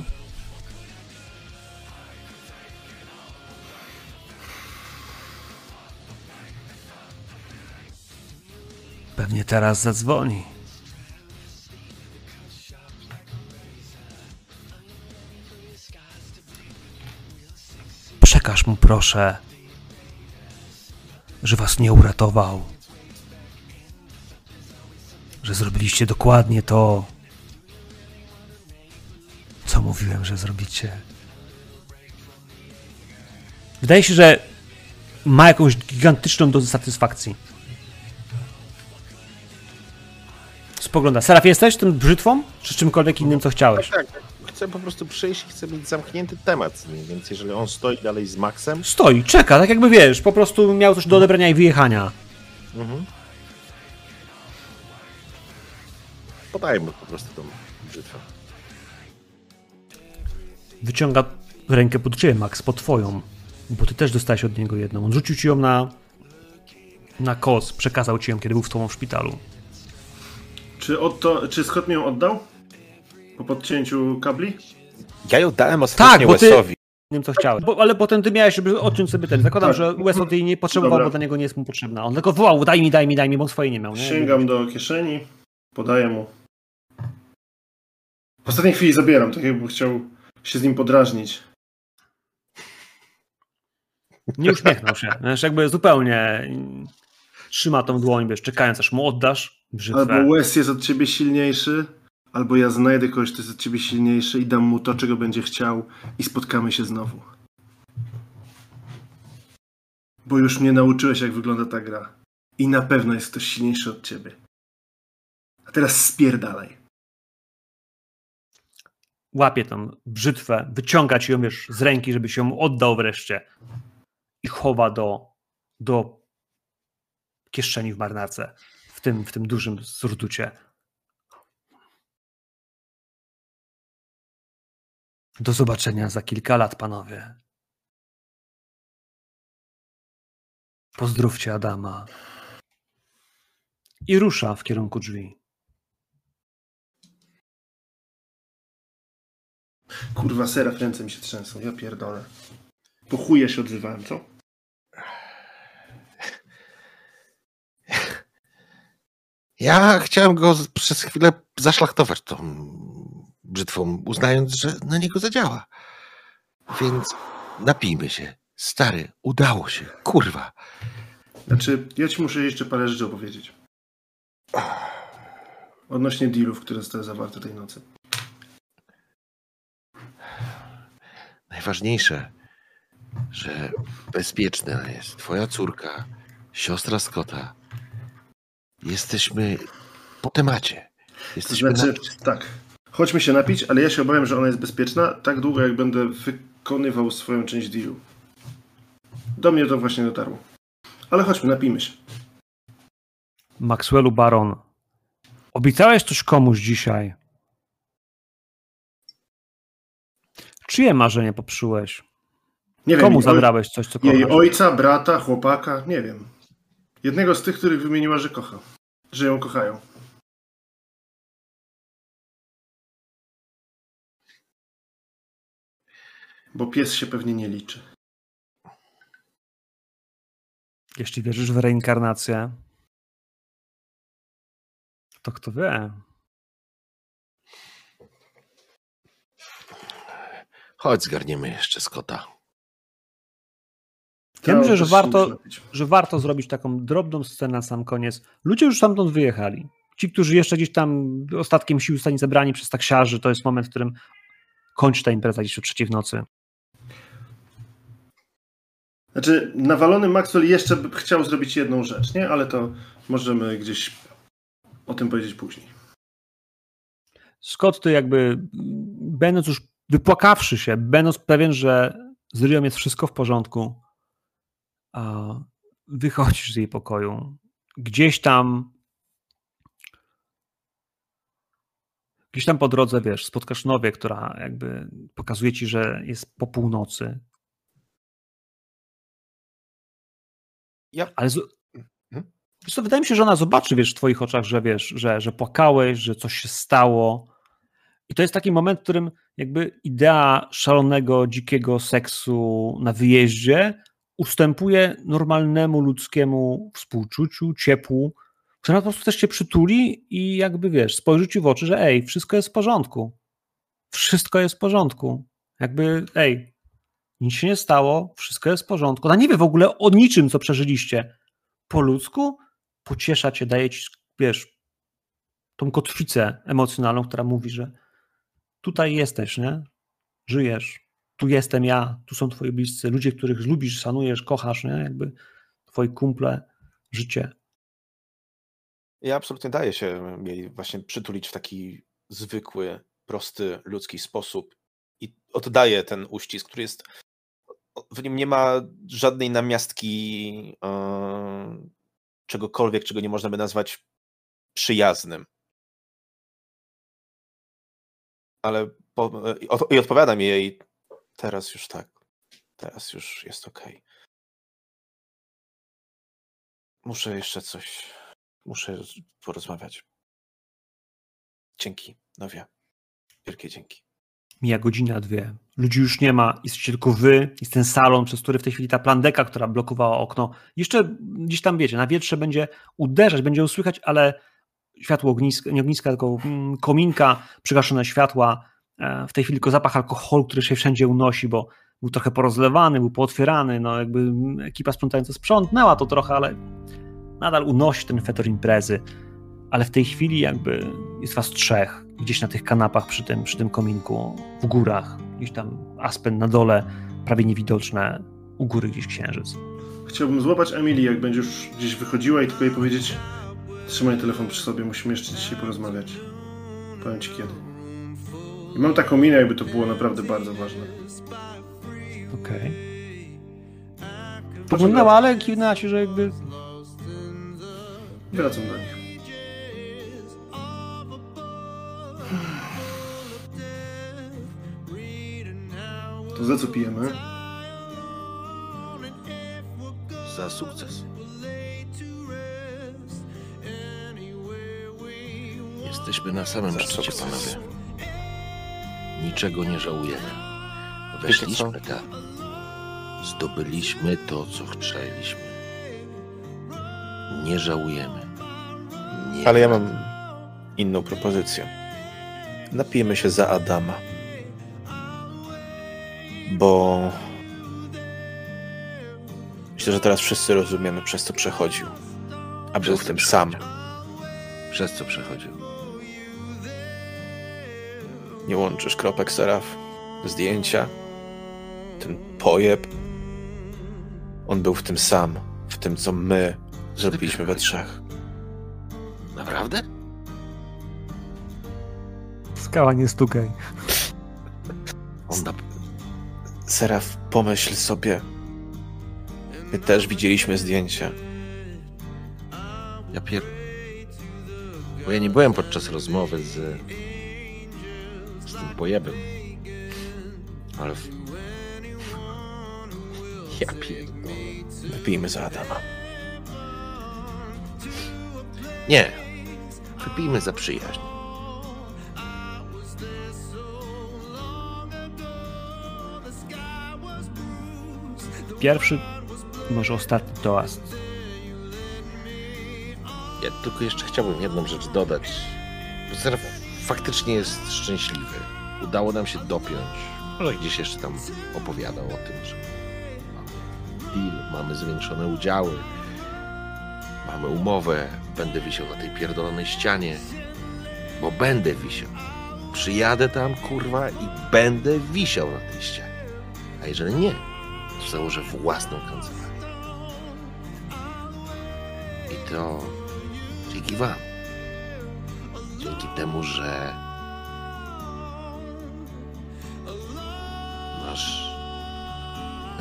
Pewnie teraz zadzwoni. Przekaż mu proszę, że was nie uratował. Że zrobiliście dokładnie to, co mówiłem, że zrobicie. Wydaje się, że ma jakąś gigantyczną dozę satysfakcji. Spogląda. Seraf, jesteś tym brzytwą? Czy czymkolwiek innym, co chciałeś? Tak, tak. Chcę po prostu przyjść i chcę mieć zamknięty temat z nim, więc jeżeli on stoi dalej z Maxem... Stoi, czeka, tak jakby wiesz, po prostu miał coś do odebrania i wyjechania. Mhm. Podajmy po prostu tą brzytwę. Wyciąga rękę pod ciebie, Max, pod twoją, bo ty też dostałeś od niego jedną. On rzucił ci ją na, na kos, przekazał ci ją, kiedy był w tobą w szpitalu. Czy, Otto, czy Scott mi ją oddał? Po podcięciu kabli? Ja ją dałem ostatnio Tak, bo ty... Wesowi. Tym, co chciałeś. Bo, ale potem ty miałeś, żeby odciąć sobie ten. Zakładam, Tak. że Wes od jej nie potrzebował, Dobra. bo dla niego nie jest mu potrzebna. On tylko wołał, daj mi, daj mi, daj mi, bo swojej nie miał. Nie? Sięgam do kieszeni, podaję mu. W ostatniej chwili zabieram, tak jakbym chciał się z nim podrażnić. Nie uśmiechnął się. Wiesz, jakby zupełnie trzyma tą dłoń, wiesz, czekając, aż mu oddasz brzytwę. Albo Wes jest od ciebie silniejszy, albo ja znajdę kogoś, kto jest od ciebie silniejszy i dam mu to, czego będzie chciał i spotkamy się znowu. Bo już mnie nauczyłeś, jak wygląda ta gra. I na pewno jest ktoś silniejszy od ciebie. A teraz spierdalaj. Łapie tą brzytwę, wyciąga ci ją, wiesz, z ręki, żeby się ją oddał wreszcie. I chowa do, do kieszeni w marynarce. W tym, w tym dużym surducie. Do zobaczenia za kilka lat, panowie. Pozdrówcie Adama. I rusza w kierunku drzwi. Kurwa, Seraf, ręce mi się trzęsą, ja pierdolę. Po chuje się odzywałem, co? Ja chciałem go z- przez chwilę zaszlachtować tą brzytwą, uznając, że na niego zadziała. Więc napijmy się. Stary, udało się. Kurwa. Znaczy, ja ci muszę jeszcze parę rzeczy opowiedzieć. Odnośnie dealów, które zostały zawarte tej nocy. Najważniejsze, że bezpieczna jest twoja córka, siostra Scotta. Jesteśmy po temacie. To Jesteśmy znaczy, na... tak, chodźmy się napić, ale ja się obawiam, że ona jest bezpieczna tak długo, jak będę wykonywał swoją część dealu. Do mnie to właśnie dotarło. Ale chodźmy, napijmy się. Maxwellu Baron, obiecałeś coś komuś dzisiaj. Czyje marzenie popsułeś? Nie Komu wiem, zabrałeś coś, co jej kochasz? ojca, brata, chłopaka, nie wiem. Jednego z tych, których wymieniła, że kocha. Że ją kochają. Bo pies się pewnie nie liczy. Jeśli wierzysz w reinkarnację, to kto wie? Chodź, zgarniemy jeszcze Scotta. Ja To myślę, że też się muszę warto, napić. że warto zrobić taką drobną scenę na sam koniec. Ludzie już stamtąd wyjechali. Ci, którzy jeszcze gdzieś tam ostatkiem sił zostali zebrani przez taksiarzy, to jest moment, w którym kończy ta impreza gdzieś o trzeciej w nocy. Znaczy, nawalony Maxwell jeszcze by chciał zrobić jedną rzecz, nie? Ale to możemy gdzieś o tym powiedzieć później. Scott, ty jakby, będąc już wypłakawszy się, będąc pewien, że z Rią jest wszystko w porządku, a wychodzisz z jej pokoju. Gdzieś tam gdzieś tam po drodze, wiesz, spotkasz Nowię, która jakby pokazuje ci, że jest po północy. Ja... Ale z... hmm? Wiesz co, wydaje mi się, że ona zobaczy, wiesz, w twoich oczach, że wiesz, że, że płakałeś, że coś się stało. I to jest taki moment, w którym jakby idea szalonego, dzikiego seksu na wyjeździe ustępuje normalnemu ludzkiemu współczuciu, ciepłu, która po prostu też cię przytuli i jakby, wiesz, spojrzy ci w oczy, że ej, wszystko jest w porządku. Wszystko jest w porządku. Jakby, ej, nic się nie stało, wszystko jest w porządku. Ona nie wie w ogóle o niczym, co przeżyliście. Po ludzku pociesza cię, daje ci, wiesz, tą kotwicę emocjonalną, która mówi, że tutaj jesteś, nie? Żyjesz. Tu jestem ja, tu są twoi bliscy, ludzie, których lubisz, szanujesz, kochasz, nie? Jakby twoi kumple, życie. Ja absolutnie daję się jej właśnie przytulić w taki zwykły, prosty, ludzki sposób i oddaję ten uścisk, który jest, w nim nie ma żadnej namiastki yy, czegokolwiek, czego nie można by nazwać przyjaznym. Ale po, i odpowiadam jej, teraz już tak, teraz już jest okej. Muszę jeszcze coś, muszę porozmawiać. Dzięki, Nowia. Wielkie dzięki. Mija godzina, dwie. Ludzi już nie ma, jesteście tylko wy, jest ten salon, przez który w tej chwili ta plandeka, która blokowała okno, jeszcze gdzieś tam, wiecie, na wietrze będzie uderzać, będzie ją słychać, ale światło ogniska, nie ogniska, tylko kominka, przygaszone światła, w tej chwili tylko zapach alkoholu, który się wszędzie unosi, bo był trochę porozlewany, był pootwierany, no jakby ekipa sprzątająca sprzątnęła to trochę, ale nadal unosi ten fetor imprezy, ale w tej chwili jakby jest was trzech, gdzieś na tych kanapach przy tym, przy tym kominku, w górach, gdzieś tam Aspen na dole, prawie niewidoczne, u góry gdzieś księżyc. Chciałbym złapać Emily, jak będzie już gdzieś wychodziła i tylko jej powiedzieć: trzymaj telefon przy sobie, musimy jeszcze dzisiaj porozmawiać. Powiem ci kiedy. I mam taką minę, jakby to było naprawdę bardzo ważne. Okej. Okay. Poglądała, ale kiwnęła ci, że jakby... Wracam do nich. To za co pijemy? Za sukces. Jesteśmy na samym szczycie, panowie. Niczego nie żałujemy. Weszliśmy tam. Zdobyliśmy to, co chcieliśmy. Nie żałujemy. Nie Ale ja mam inną propozycję. Napijmy się za Adama. Bo myślę, że teraz wszyscy rozumiemy, przez co przechodził. A był w tym sam. Przez co przechodził? Nie łączysz kropek, Seraf? Zdjęcia? Ten pojeb? On był w tym sam. W tym, co my zrobiliśmy we trzech. Naprawdę? Skała, nie stukaj. On na... Seraf, pomyśl sobie. My też widzieliśmy zdjęcia. Ja pier... Bo ja nie byłem podczas rozmowy z... z tym pojebem. Ale... W... Ja pierdolę. Wypijmy za Adama. Nie. Wypijmy za przyjaźń. Pierwszy, może ostatni toast. Ja tylko jeszcze chciałbym jedną rzecz dodać. Seraf faktycznie jest szczęśliwy. Udało nam się dopiąć. Może gdzieś jeszcze tam opowiadał o tym, że mamy deal, mamy zwiększone udziały, mamy umowę, będę wisiał na tej pierdolonej ścianie, bo będę wisiał. Przyjadę tam, kurwa, i będę wisiał na tej ścianie. A jeżeli nie, to założę własną kancelarię. I to dzięki wam. Dzięki temu, że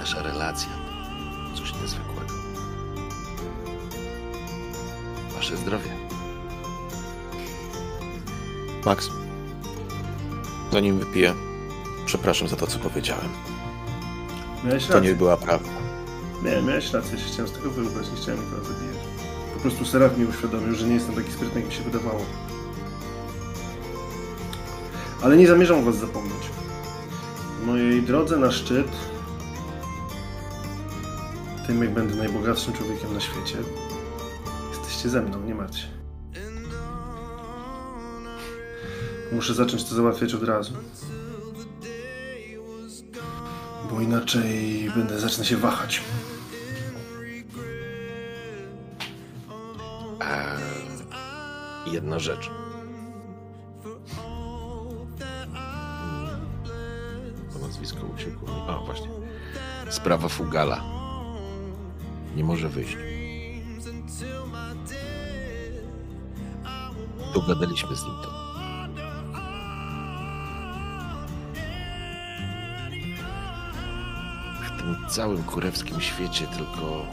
Nasza relacja to coś niezwykłego. Wasze zdrowie. Max, zanim wypiję, przepraszam za to, co powiedziałem. Miałeś To rację. nie była prawda. Nie, miałeś rację, ja się chciałem z tego wybrać, nie chciałem nikogo zabijać. Po prostu Seraf mi uświadomił, że nie jestem taki sprytny, jak mi się wydawało. Ale nie zamierzam was zapomnieć. W mojej drodze na szczyt, tym jak będę najbogatszym człowiekiem na świecie, jesteście ze mną, nie martw się. Muszę zacząć to załatwiać od razu. Bo inaczej będę zacznę się wahać. Eee, jedna rzecz. To nazwisko uciekło. A, właśnie. Sprawa Fugala. Nie może wyjść. Dogadaliśmy z nim to. W tym całym kurewskim świecie tylko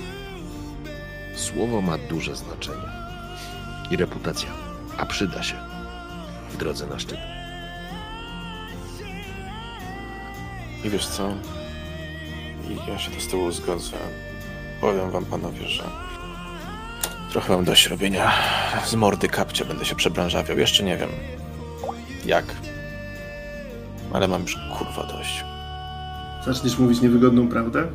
słowo ma duże znaczenie. I reputacja. A przyda się w drodze na szczyt. I wiesz co? I ja się to z tobą zgodzę. Powiem wam, panowie, że trochę mam dość robienia z mordy kapcia. Będę się przebranżawiał. Jeszcze nie wiem jak. Ale mam już kurwa dość. Zaczniesz mówić niewygodną prawdę?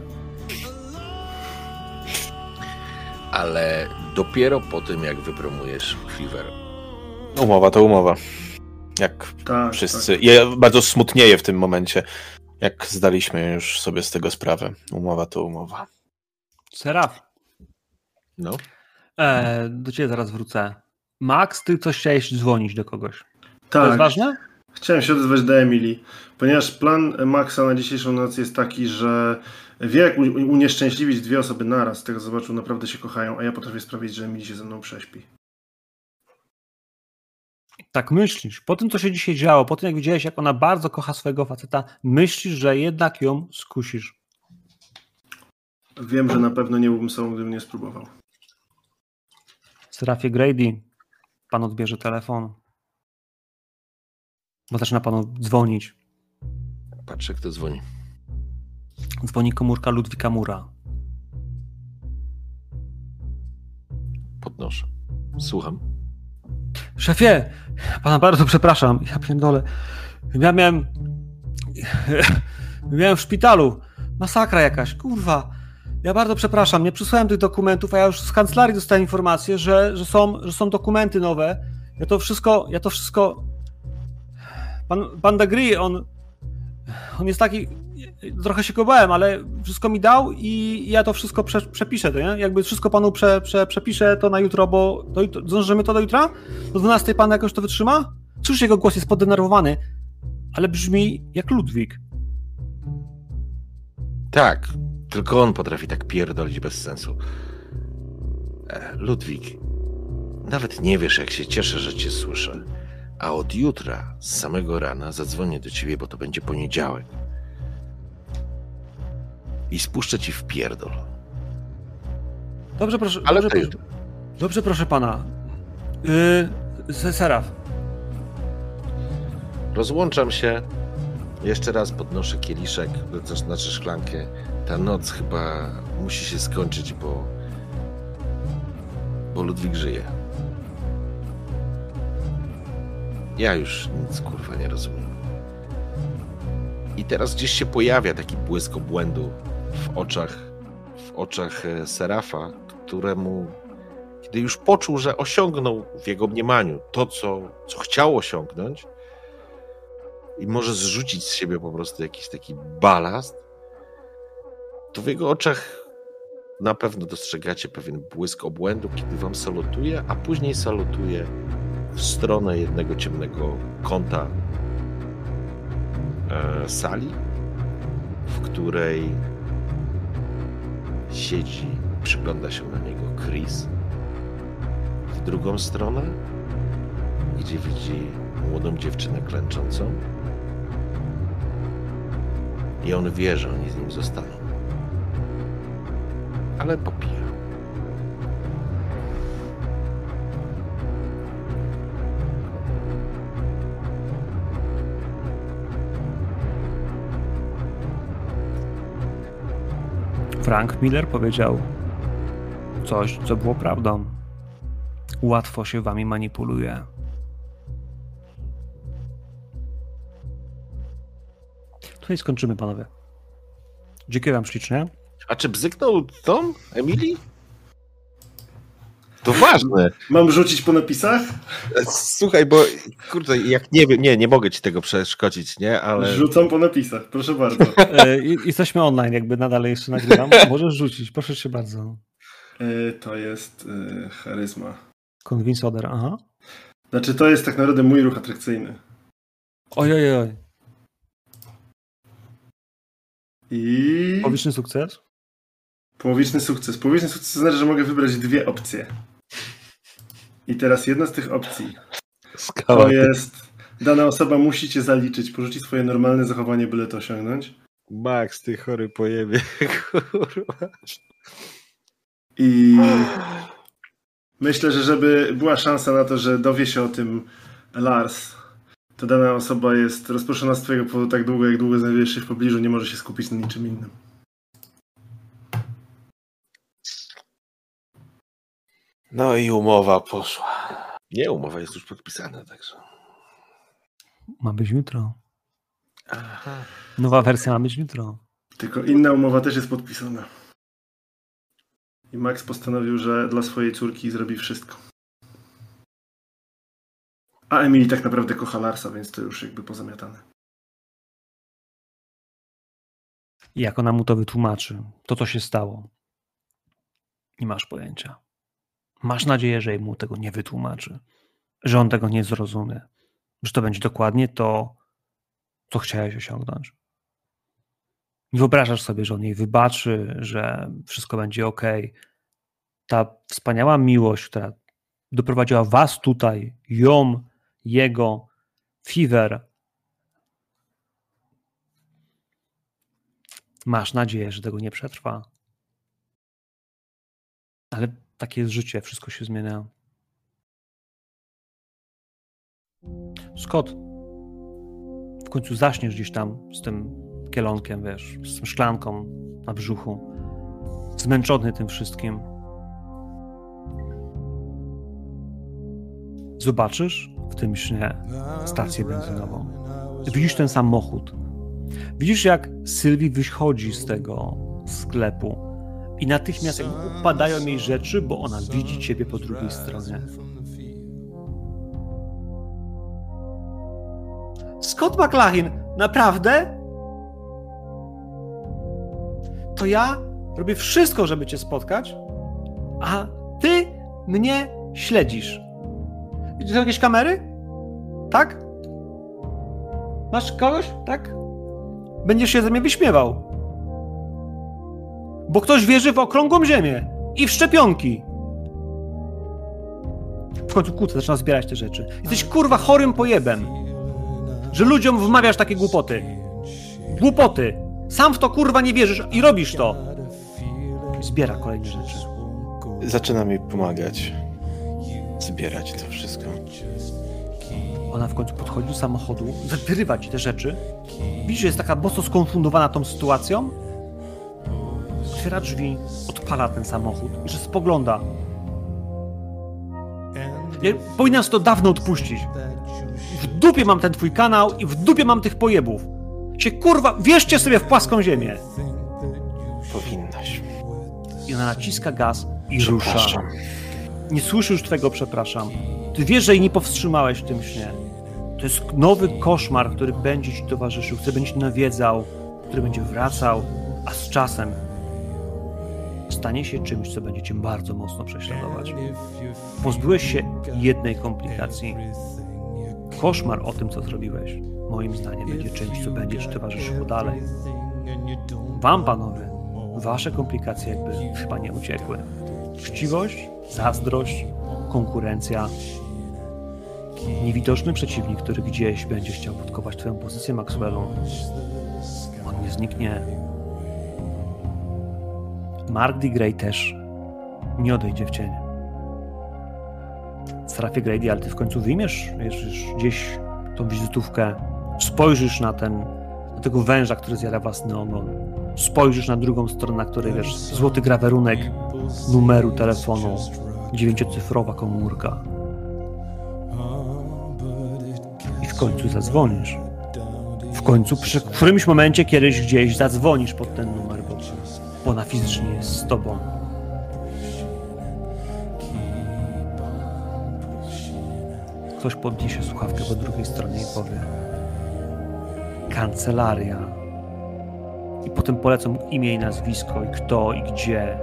Ale dopiero po tym, jak wypromujesz Cleaver. Umowa to umowa. Jak Tak, wszyscy. tak. Ja bardzo smutnieję w tym momencie, jak zdaliśmy już sobie z tego sprawę. Umowa to umowa. Seraf, No. e, do ciebie zaraz wrócę. Max, ty coś chciałeś dzwonić do kogoś. To Tak. jest ważne? Chciałem się odezwać do Emilii, ponieważ plan Maxa na dzisiejszą noc jest taki, że wie jak u- unieszczęśliwić dwie osoby naraz. Z tego zobaczył, naprawdę się kochają, a ja potrafię sprawić, że Emilii się ze mną prześpi. Tak myślisz. Po tym, co się dzisiaj działo, po tym, jak widziałeś, jak ona bardzo kocha swojego faceta, myślisz, że jednak ją skusisz. Wiem, że na pewno nie byłbym sobą, gdybym nie spróbował. Serafie Grady, pan odbierze telefon. Bo zaczyna panu dzwonić. Patrzę, kto dzwoni. Dzwoni komórka Ludwika Mura. Podnoszę. Słucham. Szefie, pana bardzo przepraszam. Ja pierdolę. Ja miałem... miałem w szpitalu. Masakra jakaś, kurwa. Ja bardzo przepraszam, nie przysłałem tych dokumentów, a ja już z kancelarii dostałem informację, że, że, są, że są dokumenty nowe. Ja to wszystko, ja to wszystko... Pan, pan Dagry, on... On jest taki... Trochę się go bałem, ale wszystko mi dał i ja to wszystko prze, przepiszę, to nie? Jakby wszystko panu prze, prze, przepiszę to na jutro, bo... Do jutro, zdążymy to do jutra? Do dwunastej pan jakoś to wytrzyma? Cóż, jego głos jest poddenerwowany, ale brzmi jak Ludwik. Tak, tylko on potrafi tak pierdolić bez sensu. E, Ludwik, nawet nie wiesz, jak się cieszę, że cię słyszę. A od jutra, z samego rana, zadzwonię do ciebie, bo to będzie poniedziałek. I spuszczę ci w pierdol. Dobrze, proszę. Ale dobrze, ty... proszę, dobrze, proszę pana. Yy, Seraf. Rozłączam się. Jeszcze raz podnoszę kieliszek, to znaczy szklankę. Ta noc chyba musi się skończyć, bo... Bo Ludwik żyje. Ja już nic, kurwa, nie rozumiem. I teraz gdzieś się pojawia taki błysk obłędu w oczach, w oczach Serafa, któremu, kiedy już poczuł, że osiągnął w jego mniemaniu to, co, co chciał osiągnąć i może zrzucić z siebie po prostu jakiś taki balast, to w jego oczach na pewno dostrzegacie pewien błysk obłędu, kiedy wam salutuje, a później salutuje w stronę jednego ciemnego kąta e, sali, w której siedzi, przygląda się na niego Chris. W drugą stronę, gdzie widzi młodą dziewczynę klęczącą. I on wie, że oni z nim zostaną. Ale popija. Frank Miller powiedział coś, co było prawdą. Łatwo się wami manipuluje. Tutaj skończymy, panowie. Dziękuję wam ślicznie. A czy bzyknął Tom? Emilii? To ważne. Mam rzucić po napisach? Słuchaj, bo kurde, jak nie wiem, nie, nie mogę ci tego przeszkodzić, nie, ale... Rzucam po napisach, proszę bardzo. E, jesteśmy online, jakby nadal jeszcze nagrywam. Możesz rzucić, proszę cię bardzo. E, to jest e, charyzma. Convince Other, aha. Znaczy, to jest tak naprawdę mój ruch atrakcyjny. Oj, oj, oj. I... Powieczny sukces? Połowiczny sukces. Połowiczny sukces to znaczy, że mogę wybrać dwie opcje. I teraz jedna z tych opcji Skała. to jest... Dana osoba musi cię zaliczyć, porzuci swoje normalne zachowanie, byle to osiągnąć. Max, ty chory pojebie, kurwa. I myślę, że żeby była szansa na to, że dowie się o tym Lars, to dana osoba jest rozproszona z twojego powodu tak długo, jak długo znajdujesz się w pobliżu, nie może się skupić na niczym innym. No i umowa poszła. Nie, umowa jest już podpisana, także... Ma być jutro. Aha. Nowa wersja ma być jutro. Tylko inna umowa też jest podpisana. I Max postanowił, że dla swojej córki zrobi wszystko. A Emily tak naprawdę kocha Larsa, więc to już jakby pozamiatane. I jak ona mu to wytłumaczy, to co się stało, nie masz pojęcia. Masz nadzieję, że mu tego nie wytłumaczy, że on tego nie zrozumie, że to będzie dokładnie to, co chciałeś osiągnąć. Nie wyobrażasz sobie, że on jej wybaczy, że wszystko będzie ok. Ta wspaniała miłość, która doprowadziła was tutaj, ją, jego, Fever. Masz nadzieję, że tego nie przetrwa. Ale takie jest życie, wszystko się zmienia. Scott, w końcu zaśniesz gdzieś tam z tym kielonkiem, wiesz, z tą szklanką na brzuchu, zmęczony tym wszystkim. Zobaczysz w tym śnie stację benzynową. Widzisz ten samochód. Widzisz, jak Sylwii wychodzi z tego sklepu i natychmiast jak upadają jej rzeczy, bo ona widzi ciebie po drugiej stronie. Scott McLaughlin, naprawdę? To ja robię wszystko, żeby cię spotkać, a ty mnie śledzisz. Widzisz jakieś kamery? Tak? Masz kogoś? Tak? Będziesz się ze mnie wyśmiewał. Bo ktoś wierzy w okrągłą ziemię i w szczepionki. W końcu kłócę, zaczyna zbierać te rzeczy. Jesteś kurwa chorym pojebem, że ludziom wmawiasz takie głupoty. Głupoty. Sam w to kurwa nie wierzysz i robisz to. I zbiera kolejne rzeczy. Zaczyna mi pomagać zbierać to wszystko. Ona w końcu podchodzi do samochodu, wyrywa ci te rzeczy. Widzisz, że jest taka mocno skonfundowana tą sytuacją. Otwiera drzwi, odpala ten samochód i że spogląda. Ja powinnam to dawno odpuścić. W dupie mam ten twój kanał i w dupie mam tych pojebów. Się kurwa, wierzcie sobie w płaską ziemię. Powinnaś. I ona naciska gaz i rusza. Nie słyszy już twego przepraszam. Ty wiesz, że jej nie powstrzymałeś w tym śnie. To jest nowy koszmar, który będzie ci towarzyszył, który będzie ci nawiedzał, który będzie wracał, a z czasem stanie się czymś, co będzie cię bardzo mocno prześladować. Pozbyłeś się jednej komplikacji. Koszmar o tym, co zrobiłeś, moim zdaniem będzie czymś, co będzie ci towarzyszyło dalej. Wam, panowie, wasze komplikacje jakby chyba nie uciekły. Chciwość, zazdrość, konkurencja, niewidoczny przeciwnik, który gdzieś będzie chciał podkopać twoją pozycję, Maxwellu. On nie zniknie. Mark D. Grey też nie odejdzie w cień. Serafie Grady, ale ty w końcu wyjmiesz wiesz, gdzieś tą wizytówkę, spojrzysz na ten, na tego węża, który zjada własny ogon, spojrzysz na drugą stronę, na której wiesz, złoty grawerunek numeru telefonu, dziewięciocyfrowa komórka. I w końcu zadzwonisz. W końcu przy którymś momencie kiedyś gdzieś zadzwonisz pod ten numer, bo, bo ona fizycznie jest z tobą. Ktoś podniesie słuchawkę po drugiej stronie i powie kancelaria. I potem polecą imię i nazwisko, i kto, i gdzie.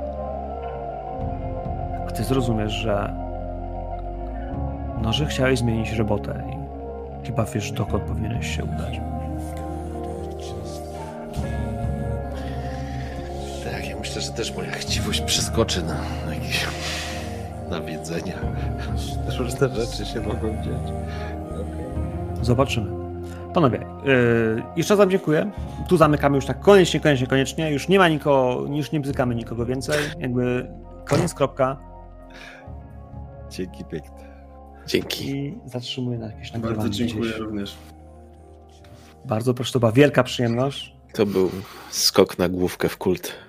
A ty zrozumiesz, że no, że chciałeś zmienić robotę i chyba wiesz, dokąd powinieneś się udać. Tak, ja myślę, że też moja chciwość przeskoczy na, na jakieś nawiedzenia. Też różne rzeczy się mogą dziać. Okay. Zobaczymy. Panowie, yy, jeszcze raz wam dziękuję. Tu zamykamy już tak koniecznie, koniecznie, koniecznie. Już nie ma nikogo, już nie bzykamy nikogo więcej. Jakby koniec, kropka. Dzięki piękne. Dzięki. I zatrzymuję na jakieś nagrywanie. Bardzo dziękuję gdzieś. również. Bardzo proszę, to była wielka przyjemność. To był skok na główkę w kult.